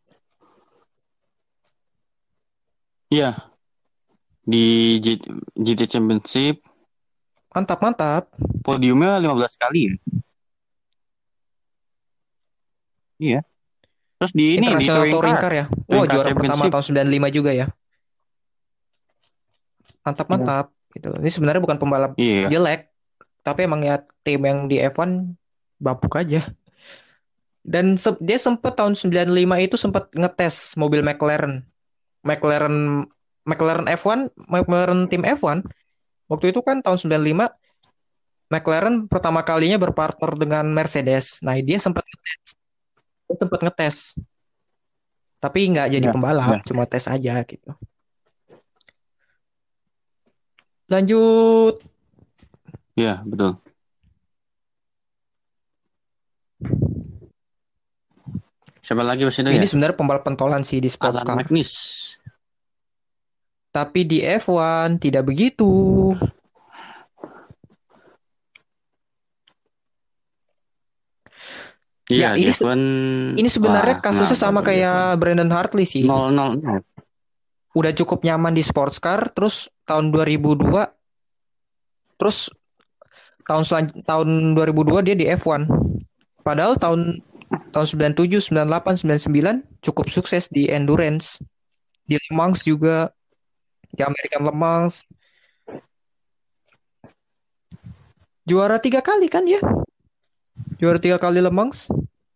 iya di G- GT Championship Mantap, mantap. podiumnya lima belas kali ya. Iya. Terus di ini di International Touring Touring Car, Car ya. Wah, Touring Car juara pertama Championship. tahun sembilan puluh lima juga ya. Mantap, Iya. mantap. Gitu. Ini sebenarnya bukan pembalap Iya. jelek, tapi emang ya tim yang di F satu bapuk aja. Dan se- dia sempat tahun sembilan puluh lima itu sempat ngetes mobil McLaren. McLaren McLaren F satu, McLaren tim F satu. Waktu itu kan tahun sembilan puluh lima McLaren pertama kalinya berpartner dengan Mercedes. Nah, dia sempat ngetes, dia sempat ngetes, tapi nggak jadi Ya, pembalap, ya. cuma tes aja gitu. Lanjut. Iya, betul. Siapa lagi pas itu Ini ya? sebenarnya pembalap pentolan sih di sports Alan car. Magnis. Tapi di F satu tidak begitu. Ya, Iya, di ini se- F satu. ini sebenarnya Wah, kasusnya kenapa sama tuh di F satu? kayak Brandon Hartley sih. nol nol nol. Udah cukup nyaman di sports car, terus tahun dua ribu dua, terus tahun selan- tahun dua ribu dua dia di F satu. Padahal tahun tahun sembilan puluh tujuh, sembilan puluh delapan, sembilan puluh sembilan cukup sukses di endurance. Di Le Mans juga, di American Le Mans. Juara tiga kali kan ya? Juara tiga kali Le Mans.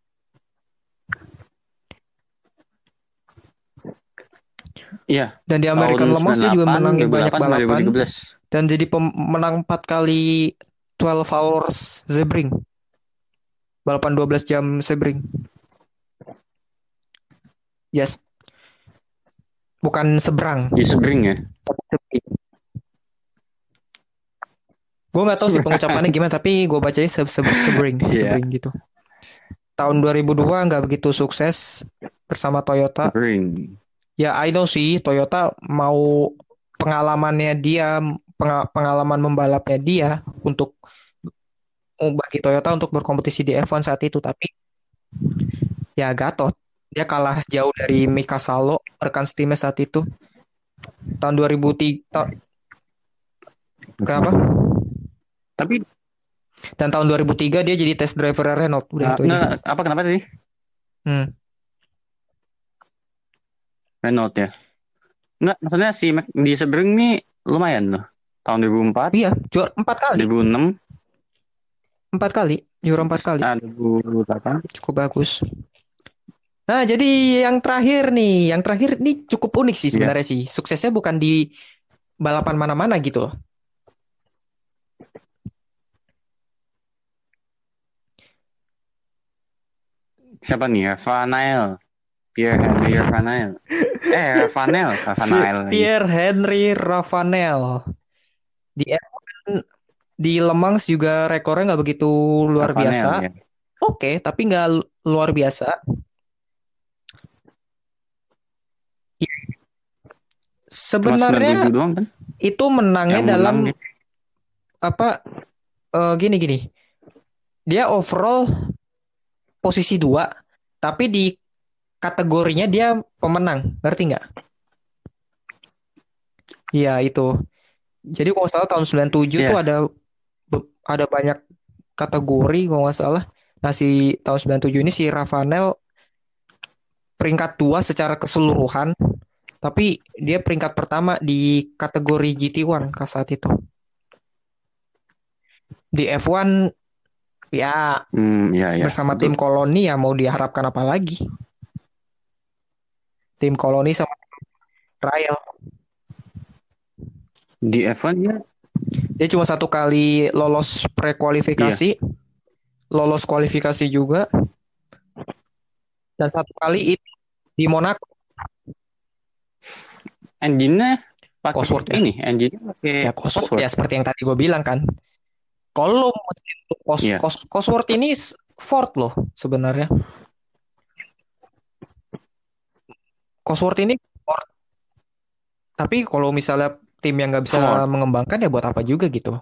Iya, Dan di tahun American Le Mans dia juga sembilan puluh delapan, menangin banyak dua ribu delapan, balapan. dua ribu tiga belas. Dan jadi pemenang empat kali twelve hours Sebring. Balapan dua belas jam Sebring. Yes. Bukan seberang. Di Sebring ya. Gue nggak tahu sih pengucapannya gimana, tapi gue bacanya se se sebring, Iya. sebring gitu. Tahun dua ribu dua nggak begitu sukses bersama Toyota. Sebring. Ya, I know sih Toyota mau pengalamannya dia, penga- pengalaman membalapnya dia untuk oh, bagi Toyota untuk berkompetisi di F satu saat itu, tapi ya gatot. Dia kalah jauh dari Mika Salo, rekan setimnya saat itu. Tahun dua ribu tiga, ta- Kenapa? Tapi Dan tahun dua ribu tiga dia jadi test driver Renault. Udah uh, itu aja. enggak, apa kenapa tadi? Hmm. Renault ya. Enggak, maksudnya si Mac di Sebring nih lumayan loh. Tahun dua ribu empat, Iya, juara empat kali. dua ribu enam, Empat kali, juara empat kali. ah, dua ribu delapan. Cukup bagus. Nah, jadi yang terakhir nih, yang terakhir nih cukup unik sih Iya. sebenarnya sih. Suksesnya bukan di balapan mana-mana gitu loh. Siapa nih? Rafael. Pierre Henry Rafael. Eh, Rafael, Rafael lagi. Pierre Henry Ravanel. Di F one, di Le Mans juga rekornya nggak begitu luar Rafael, biasa. ya. Oke, tapi nggak lu- luar biasa. Cuma sembilan ribu Sebenarnya doang kan? itu menangnya Yang dalam menang dia. apa? eh, gini gini. Dia overall posisi dua, tapi di kategorinya dia pemenang, ngerti nggak? Iya itu. Jadi kalau nggak salah tahun sembilan puluh tujuh tuh Iya. ada be- ada banyak kategori kalau nggak salah. Nah si tahun sembilan puluh tujuh ini si Ravanel peringkat dua secara keseluruhan, tapi dia peringkat pertama di kategori G T satu ke saat itu. Di F satu ya Hmm, ya, ya. bersama Betul. tim koloni ya mau diharapkan apa lagi? Tim koloni sama trial. Di F satu ya. Dia cuma satu kali lolos pre-kualifikasi, lolos kualifikasi juga, dan satu kali itu di Monaco. Engine-nya pakai Cosworth ya. ini, engine-nya pakai Ya Cosworth Cosworth. ya seperti yang tadi gue bilang kan. Kalau mesin Cos Iya. Cos Cosworth ini Ford loh sebenarnya. Cosworth ini Ford. Tapi kalau misalnya tim yang nggak bisa Ford. mengembangkan ya buat apa juga gitu.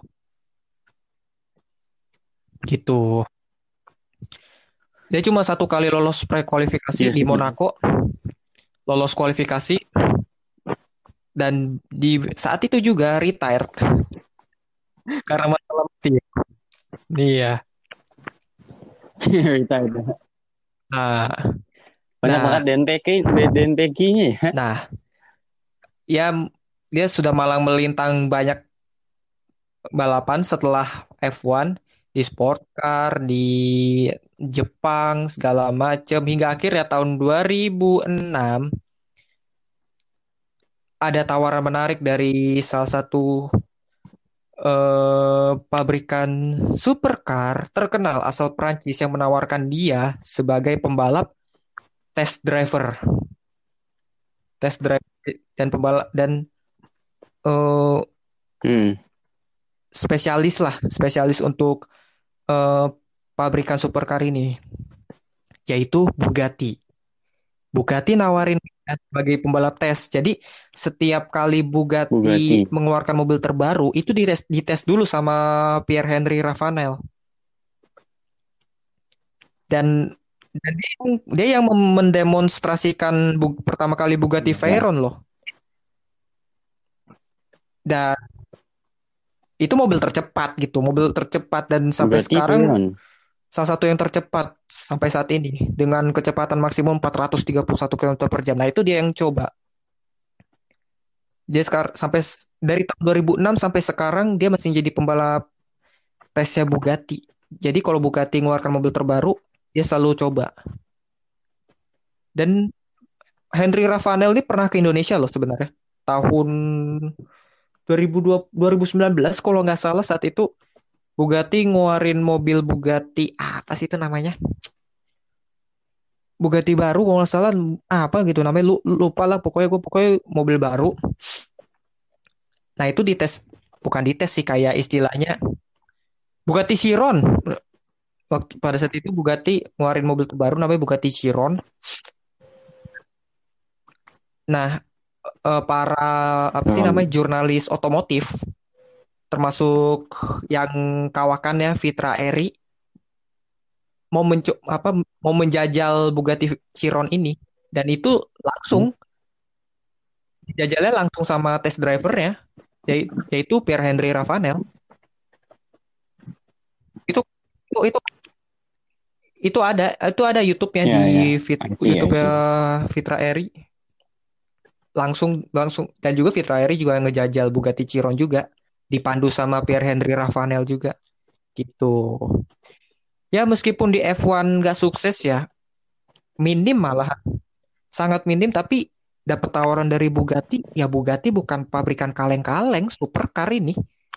Gitu. Dia cuma satu kali lolos pre-kualifikasi Iya di sih, betul. Monaco. Lolos kualifikasi dan di saat itu juga retired karena masalah mesin. Iya. Kita ada. Nah, Banyak nah, banget D N P K, D N P K-nya ya. nah, ya dia sudah malang melintang banyak balapan setelah F satu di sport car di Jepang segala macam hingga akhirnya tahun dua ribu enam ada tawaran menarik dari salah satu eh, pabrikan supercar terkenal asal Prancis yang menawarkan dia sebagai pembalap test driver, test driver dan pembalap dan eh, Hmm. spesialis lah, spesialis untuk eh, pabrikan supercar ini, yaitu Bugatti. Bugatti nawarin dia sebagai pembalap tes. Jadi setiap kali Bugatti, Bugatti. mengeluarkan mobil terbaru, itu dites, dites dulu sama Pierre Henry Ravanel. Dan dan dia, yang- dia yang mem- mendemonstrasikan bu- pertama kali Bugatti Ya. Veyron loh. Dan itu mobil tercepat gitu, mobil tercepat dan sampai Bugatti sekarang Veyron. salah satu yang tercepat sampai saat ini dengan kecepatan maksimum empat ratus tiga puluh satu kilometer per jam. Nah, itu dia yang coba. Dia sekarang sampai s- dari tahun dua ribu enam sampai sekarang dia masih jadi pembalap tesnya Bugatti. Jadi kalau Bugatti mengeluarkan mobil terbaru, dia selalu coba. Dan Henry Ravanel ini pernah ke Indonesia loh sebenarnya. Tahun dua ribu dua, dua ribu sembilan belas kalau nggak salah saat itu Bugatti ngeluarin mobil Bugatti apa sih itu namanya? Bugatti baru kalau nggak salah apa gitu namanya lu lupa lah pokoknya gue pokoknya mobil baru. Nah itu dites bukan dites sih kayak istilahnya Bugatti Chiron. Waktu pada saat itu Bugatti ngeluarin mobil terbaru namanya Bugatti Chiron. Nah eh, para apa sih Oh. namanya jurnalis otomotif termasuk yang kawakannya Fitra Eri mau menco apa mau menjajal Bugatti Chiron ini dan itu langsung jajalnya langsung sama test drivernya yai- yaitu Pierre Henry Ravanel. Itu itu itu, itu ada itu ada YouTube-nya Ya, di ya. fit, I see, I YouTube-nya see. Fitra Eri. Langsung langsung dan juga Fitra Eri juga ngejajal Bugatti Chiron juga, dipandu sama Pierre Henry Ravanel juga gitu. Ya meskipun di F satu nggak sukses ya, minim malah sangat minim, tapi dapat tawaran dari Bugatti. Ya Bugatti bukan pabrikan kaleng-kaleng, supercar ini.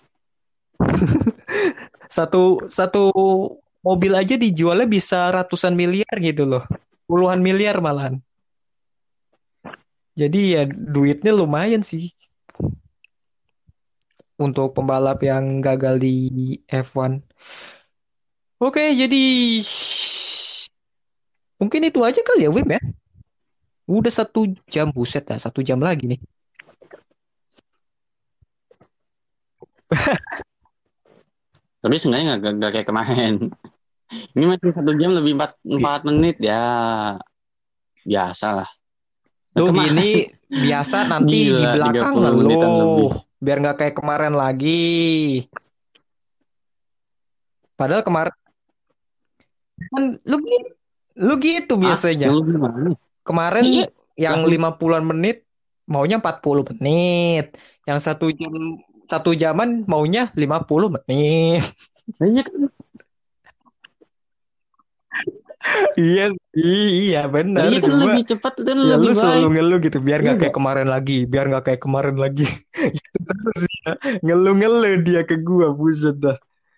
Satu satu mobil aja dijualnya bisa ratusan miliar gitu loh. Puluhan miliar malahan. Jadi ya duitnya lumayan sih untuk pembalap yang gagal di F satu. Oke, jadi mungkin itu aja kali ya Wim ya. Udah satu jam, buset dah, satu jam lagi nih. Tapi sebenarnya nggak nggak nggak kayak kemarin. Ini masih satu jam lebih empat empat menit ya, biasa lah. Nah, Lu kemarin gini biasa nanti di gila tiga belakang puluh menitan lebih. ngeluh. Biar nggak kayak kemarin lagi. Padahal kemarin kan lu gitu, lu gitu Ah, biasanya. ngeluh gimana? Kemarin Iya, yang lah, lima puluhan menit maunya empat puluh menit. Yang satu jam satu jaman maunya lima puluh menit. iya kan. Iya sih, iya Lah, benar. iya kan Cuma lebih cepat dan ya lu lebih selalu baik. ngeluh gitu biar Iya nggak enggak? kayak kemarin lagi, biar nggak kayak kemarin lagi. Gitu terus ya. Ngeluh-ngeluh dia ke gua, buset dah.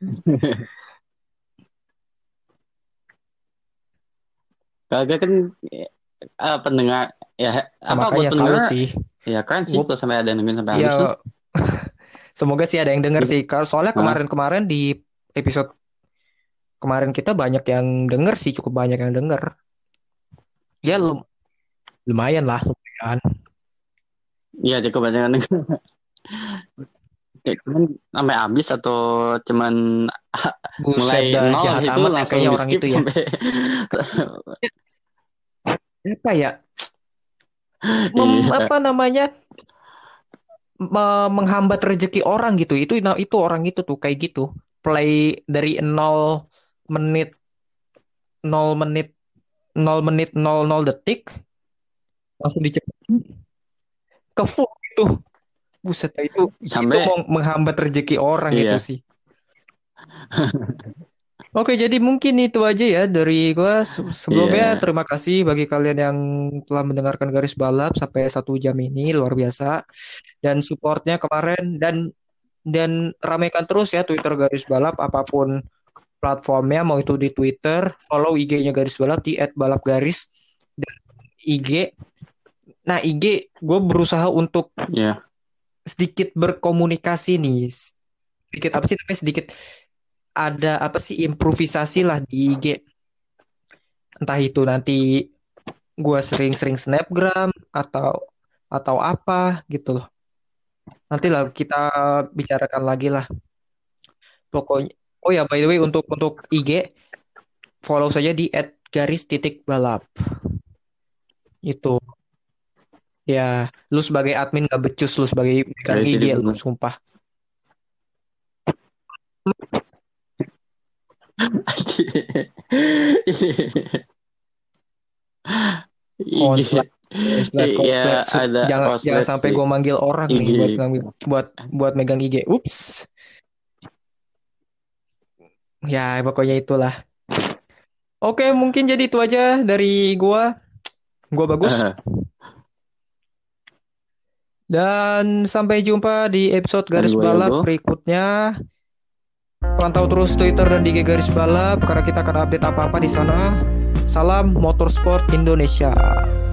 Kagak kan, eh, pendengar ya, Nah, apa buat makanya pendengar salut sih. ya keren sih Gua kalau sampai ada yang dengerin sampai habis tuh. ya semoga sih ada yang denger Iya. sih. Kalau soalnya Hah? kemarin-kemarin di episode kemarin kita banyak yang denger sih, cukup banyak yang denger. Ya lum- lumayan lah, lumayan. Iya cukup banyak yang denger. Kayak cuman sampai habis atau cuman mulai Buset dah, nol jahat itu amat ya langsung kayaknya di orang skip itu ya. sampai Apa ya? Mem- iya. apa namanya? Me- menghambat rezeki orang gitu. Itu nah, itu orang itu tuh kayak gitu. Play dari nol menit nol menit nol menit nol nol detik langsung dicepetin ke full gitu. Buset dah, itu itu Sampai mau menghambat rezeki orang itu iya. sih. Oke, jadi mungkin itu aja ya dari gua. Se- Iya, Sebelumnya iya. terima kasih bagi kalian yang telah mendengarkan Garis Balap sampai satu jam ini, luar biasa. Dan supportnya kemarin, dan dan ramaikan terus ya Twitter Garis Balap apapun platformnya, mau itu di Twitter, follow I G-nya Garis Balap di et balap garis dan I G. Nah, I G gue berusaha untuk Iya. sedikit berkomunikasi nih. Sedikit apa sih namanya? Sedikit ada apa sih improvisasi lah di I G. Entah itu nanti gue sering-sering snapgram atau atau apa gitu loh. Nanti lah kita bicarakan lagi lah. Pokoknya. Oh ya, by the way, untuk untuk I G follow saja di et garis titik balap. Itu ya, lu sebagai admin gak becus, lu sebagai megang Dari I G sini lu benar. sumpah. Konslet, konslet, Iya, konslet. Su- ada Jangan jangan konslet sampai sih gue manggil orang nih I G. buat ngambil buat buat megang I G. Ups. Ya, pokoknya itulah. Oke, mungkin jadi itu aja dari gua. Gua bagus. Eh, Dan sampai jumpa di episode dan Garis gue Balap Yogo. berikutnya. Pantau terus Twitter dan di I G Garis Balap karena kita akan update apa-apa di sana. Salam Motorsport Indonesia.